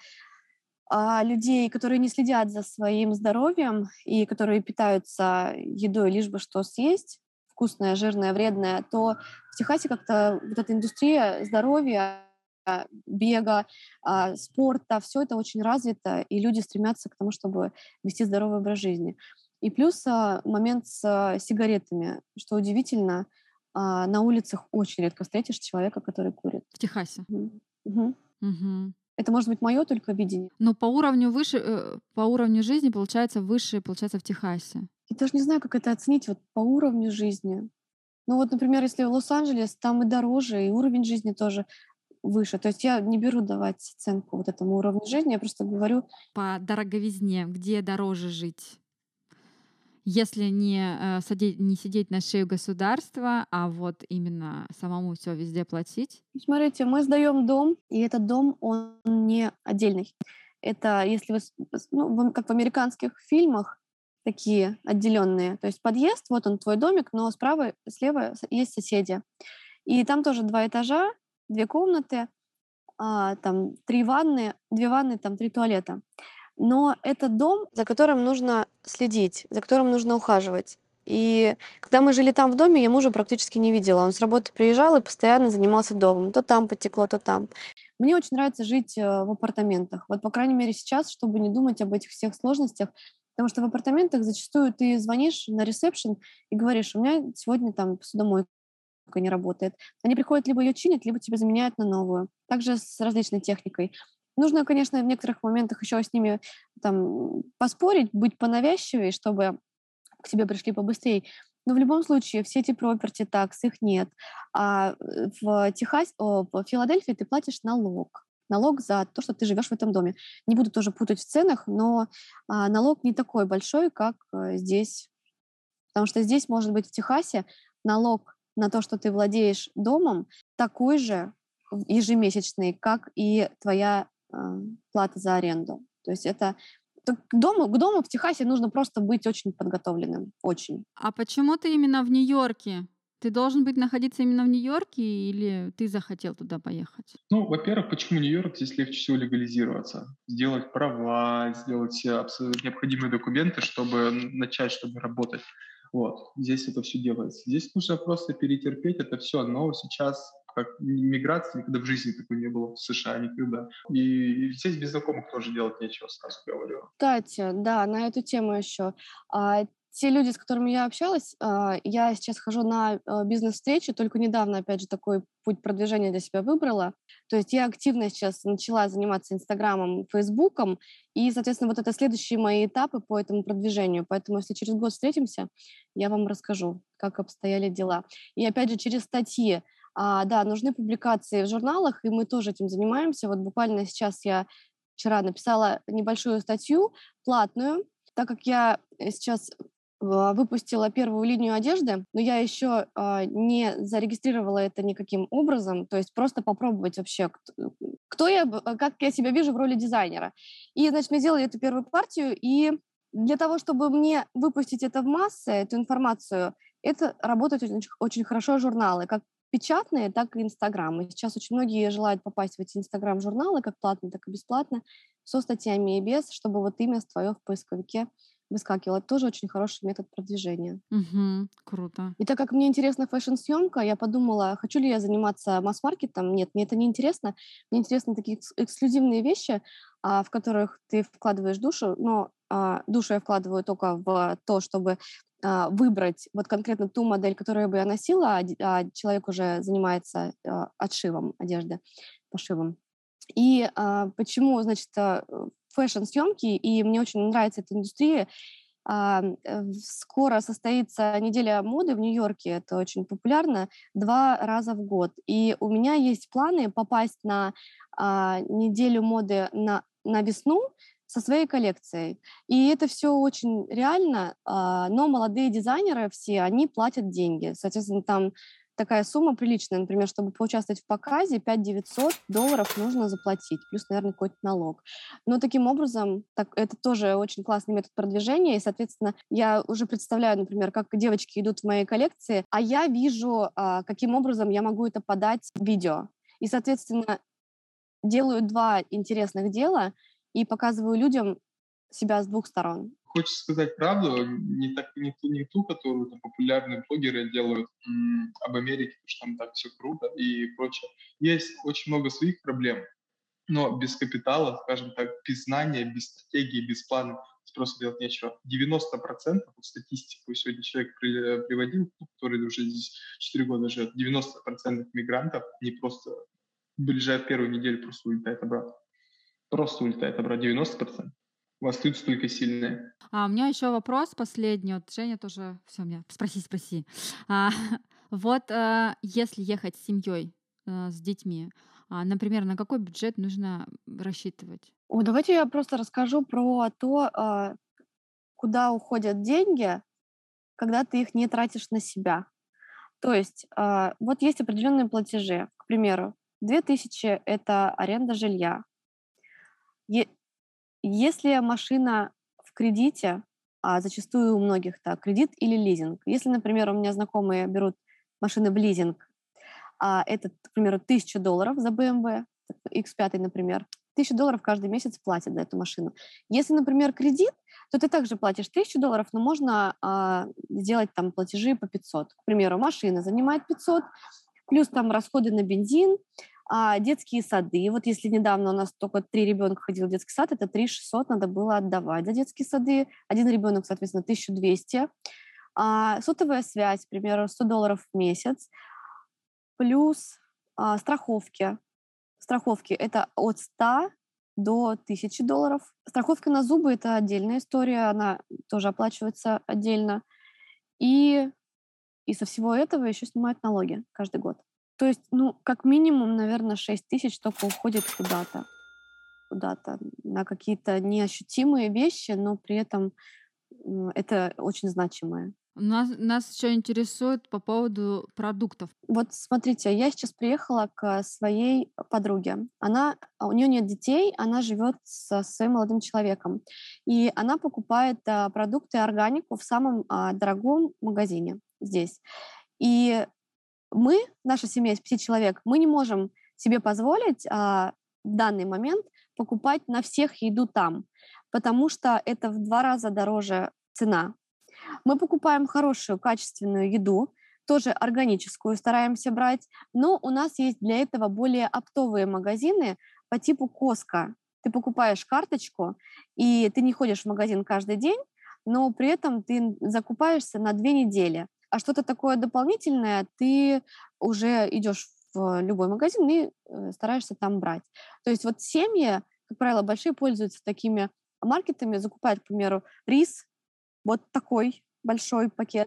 а, людей, которые не следят за своим здоровьем и которые питаются едой лишь бы что съесть, вкусное, жирное, вредное, то в Техасе как-то вот эта индустрия здоровья, а, бега, а, спорта, все это очень развито, и люди стремятся к тому, чтобы вести здоровый образ жизни. И плюс а, момент с а, сигаретами, что удивительно, а, на улицах очень редко встретишь человека, который курит. В Техасе. Мгм. Мгм. Мгм. Это может быть мое только видение. Но по уровню выше, э, по уровню жизни получается выше, получается в Техасе. Я даже не знаю, как это оценить вот по уровню жизни. Ну вот, например, если в Лос-Анджелес, там и дороже, и уровень жизни тоже выше. То есть я не беру давать оценку вот этому уровню жизни, я просто говорю, По дороговизне, где дороже жить? Если не, э, сади- не сидеть на шею государства, а вот именно самому все везде платить. смотрите, мы сдаем дом, и этот дом, он не отдельный. Это если вы, с- с- ну, в- как в американских фильмах, такие отделенные. То есть подъезд, вот он твой домик, но справа, слева с- есть соседи. И там тоже два этажа, две комнаты, а, там три ванны, две ванны, там три туалета. Но это дом, за которым нужно следить, за которым нужно ухаживать. И когда мы жили там в доме, я мужа практически не видела. Он с работы приезжал и постоянно занимался домом. То там потекло, то там. Мне очень нравится жить э, в апартаментах. Вот, по крайней мере, сейчас, чтобы не думать об этих всех сложностях. Потому что в апартаментах зачастую ты звонишь на ресепшн и говоришь, у меня сегодня там посудомойка не работает. Они приходят, либо ее чинят, либо тебе заменяют на новую. Также с различной техникой. Нужно, конечно, в некоторых моментах еще с ними там поспорить, быть понавязчивее, чтобы к тебе пришли побыстрее. Но в любом случае все эти property tax, их нет. А э, в Техасе, о, в Филадельфии ты платишь налог. Налог за то, что ты живешь в этом доме. Не буду тоже путать в ценах, но а, налог не такой большой, как э, здесь. Потому что здесь, может быть, в Техасе налог на то, что ты владеешь домом, такой же в- ежемесячный, как и твоя э, плата за аренду. То есть это то к дому, к дому в Техасе нужно просто быть очень подготовленным. Очень. А почему ты именно в Нью-Йорке? Ты должен быть находиться именно в Нью-Йорке, или ты захотел туда поехать? Ну, во-первых, почему Нью-Йорк? Здесь легче всего легализироваться. Сделать права, сделать все абсолютно необходимые документы, чтобы начать, чтобы работать. Вот. Здесь это все делается. Здесь нужно просто перетерпеть это все. Но сейчас, как миграция, никогда в жизни такой не было в США, никогда. И здесь без знакомых тоже делать нечего, сразу говорю. Кстати, да, на эту тему еще. А, те люди, с которыми я общалась, а, я сейчас хожу на а, бизнес-встречи, только недавно, опять же, такой путь продвижения для себя выбрала. То есть я активно сейчас начала заниматься Инстаграмом, Фейсбуком, и, соответственно, вот это следующие мои этапы по этому продвижению. Поэтому, если через год встретимся, я вам расскажу, как обстояли дела. И, опять же, через статьи А, да, нужны публикации в журналах, и мы тоже этим занимаемся. Вот буквально сейчас я вчера написала небольшую статью, платную, так как я э, сейчас а, выпустила первую линию одежды, но я еще а, не зарегистрировала это никаким образом, то есть просто попробовать вообще, кто, кто я, б- а, как я себя вижу в роли дизайнера. И, значит, мы сделали эту первую партию, и для того, чтобы мне выпустить это в массы, эту информацию, это работают очень, очень хорошо журналы, как печатные, так и Инстаграм. И сейчас очень многие желают попасть в эти Инстаграм-журналы, как платно, так и бесплатно, со статьями и без, чтобы вот имя твое в поисковике выскакивало. Это тоже очень хороший метод продвижения. Мгм. Круто. И так как мне интересна фэшн-съемка, я подумала, хочу ли я заниматься масс-маркетом. Нет, мне это не интересно. Мне интересны такие экс- эксклюзивные вещи, а, в которых ты вкладываешь душу, но а, душу я вкладываю только в то, чтобы а, выбрать вот конкретно ту модель, которую бы я носила, а, д- а человек уже занимается а, отшивом одежды, пошивом. И а, почему, значит, а, фэшн-съемки, и мне очень нравится эта индустрия. А, э, в- скоро состоится неделя моды в Нью-Йорке, это очень популярно, два раза в год. И у меня есть планы попасть на а, неделю моды на, на весну со своей коллекцией. И это все очень реально, а, но молодые дизайнеры все, они платят деньги. Соответственно, там такая сумма приличная, например, чтобы поучаствовать в показе, пять девятьсот долларов нужно заплатить, плюс, наверное, какой-то налог. Но таким образом, так, это тоже очень классный метод продвижения, и, соответственно, я уже представляю, например, как девочки идут в моей коллекции, а я вижу, а, каким образом я могу это подать в видео. И, соответственно, делаю два интересных дела и показываю людям себя с двух сторон. Хочется сказать правду, не, так, не, ту, не ту, которую там, популярные блогеры делают м, об Америке, потому что там так все круто и прочее. Есть очень много своих проблем, но без капитала, скажем так, без знания, без стратегии, без плана просто делать нечего. девяносто процентов вот статистику сегодня человек при- приводил, ну, который уже здесь четыре года живет, девяносто процентов мигрантов не просто ближе в первую неделю просто улетает обратно. Просто улетает обратно, девяносто процентов. У вас остаются только сильные. А у меня еще вопрос последний. Вот Женя тоже... Все, меня спроси, спроси. А, вот э, если ехать с семьей, э, с детьми, а, например, на какой бюджет нужно рассчитывать? О, давайте я просто расскажу про то, а, куда уходят деньги, когда ты их не тратишь на себя. То есть а, вот есть определенные платежи. К примеру, две тысячи это аренда жилья. Е- Если машина в кредите, а зачастую у многих так, кредит или лизинг. Если, например, у меня знакомые берут машины в лизинг, а это, к примеру, тысяча долларов за бэ эм вэ, икс пять, например, тысячу долларов каждый месяц платят за эту машину. Если, например, кредит, то ты также платишь тысячу долларов, но можно а, сделать там платежи по пятьсот. К примеру, машина занимает пятьсот, плюс там расходы на бензин, а, детские сады. Вот если недавно у нас только три ребенка ходил в детский сад, это три тысячи шестьсот надо было отдавать за детские сады. Один ребенок, соответственно, тысяча двести. А, сотовая связь, к примеру, сто долларов в месяц. Плюс а, страховки. Страховки– это от ста до тысячи долларов. Страховка на зубы– это отдельная история, она тоже оплачивается отдельно. И, и со всего этого еще снимают налоги каждый год. То есть, ну, как минимум, наверное, шесть тысяч только уходит куда-то, куда-то на какие-то неощутимые вещи, но при этом м, это очень значимое. Нас, нас еще интересует по поводу продуктов. Вот смотрите, я сейчас приехала к своей подруге. Она, а у нее нет детей, она живет со своим молодым человеком. И она покупает а, продукты органику в самом а, дорогом магазине здесь. И мы, наша семья из пяти человек, мы не можем себе позволить а, в данный момент покупать на всех еду там, потому что это в два раза дороже цена. Мы покупаем хорошую, качественную еду, тоже органическую стараемся брать, но у нас есть для этого более оптовые магазины по типу Costco. Ты покупаешь карточку, и ты не ходишь в магазин каждый день, но при этом ты закупаешься на две недели. А что-то такое дополнительное ты уже идешь в любой магазин и э, стараешься там брать. То есть вот семьи, как правило, большие пользуются такими маркетами, закупают, к примеру, рис, вот такой большой пакет.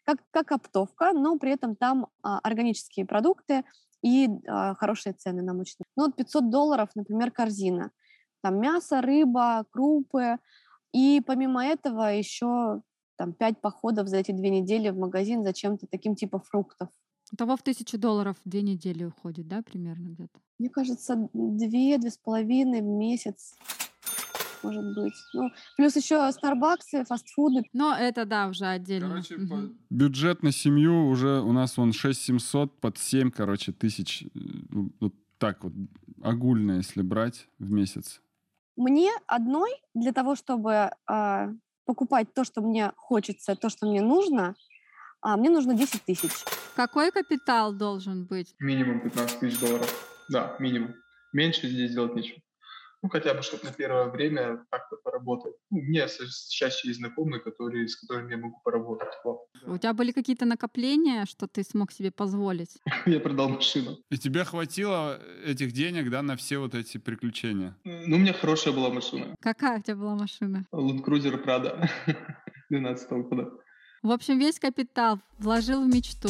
как, как оптовка, но при этом там а, органические продукты и а, хорошие цены на мучные. Ну, вот пятьсот долларов, например, корзина. Там мясо, рыба, крупы. И помимо этого еще там пять походов за эти две недели в магазин за чем-то таким типа фруктов. Того в тысячу долларов две недели уходит, да, примерно где-то? Мне кажется, две, две с половиной в месяц, может быть. Ну, плюс еще Старбаксы, фастфуды. Но это, да, уже отдельно. Короче, Мгм. по- бюджет на семью уже у нас вон шесть семьсот под семь, короче, тысяч. э, ну, Вот так вот, огульно, если брать в месяц. Мне одной для того, чтобы а, покупать то, что мне хочется, то, что мне нужно, а, мне нужно десять тысяч. Какой капитал должен быть? Минимум пятнадцать тысяч долларов. Да, минимум. Меньше здесь делать нечего. Ну, хотя бы, чтобы на первое время как-то поработать. Ну, у меня с- сейчас есть знакомые, которые, с которыми я могу поработать. Вот. У тебя были какие-то накопления, что ты смог себе позволить? Я продал машину. И тебе хватило этих денег, да, на все вот эти приключения? Ну, у меня хорошая была машина. Какая у тебя была машина? Land Cruiser Prado двенадцатого года. В общем, весь капитал вложил в мечту.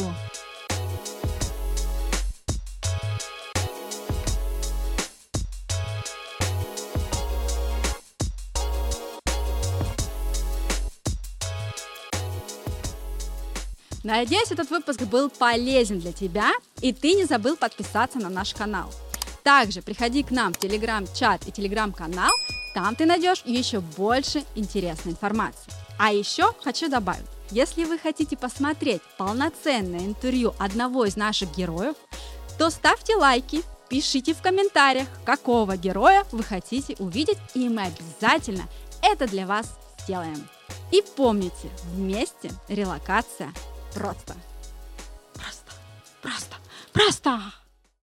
Надеюсь, этот выпуск был полезен для тебя, и ты не забыл подписаться на наш канал. Также приходи к нам в телеграм-чат и телеграм-канал, там ты найдешь еще больше интересной информации. А еще хочу добавить, если вы хотите посмотреть полноценное интервью одного из наших героев, то ставьте лайки, пишите в комментариях, какого героя вы хотите увидеть, и мы обязательно это для вас сделаем. И помните, вместе релокация просто, просто, просто, просто.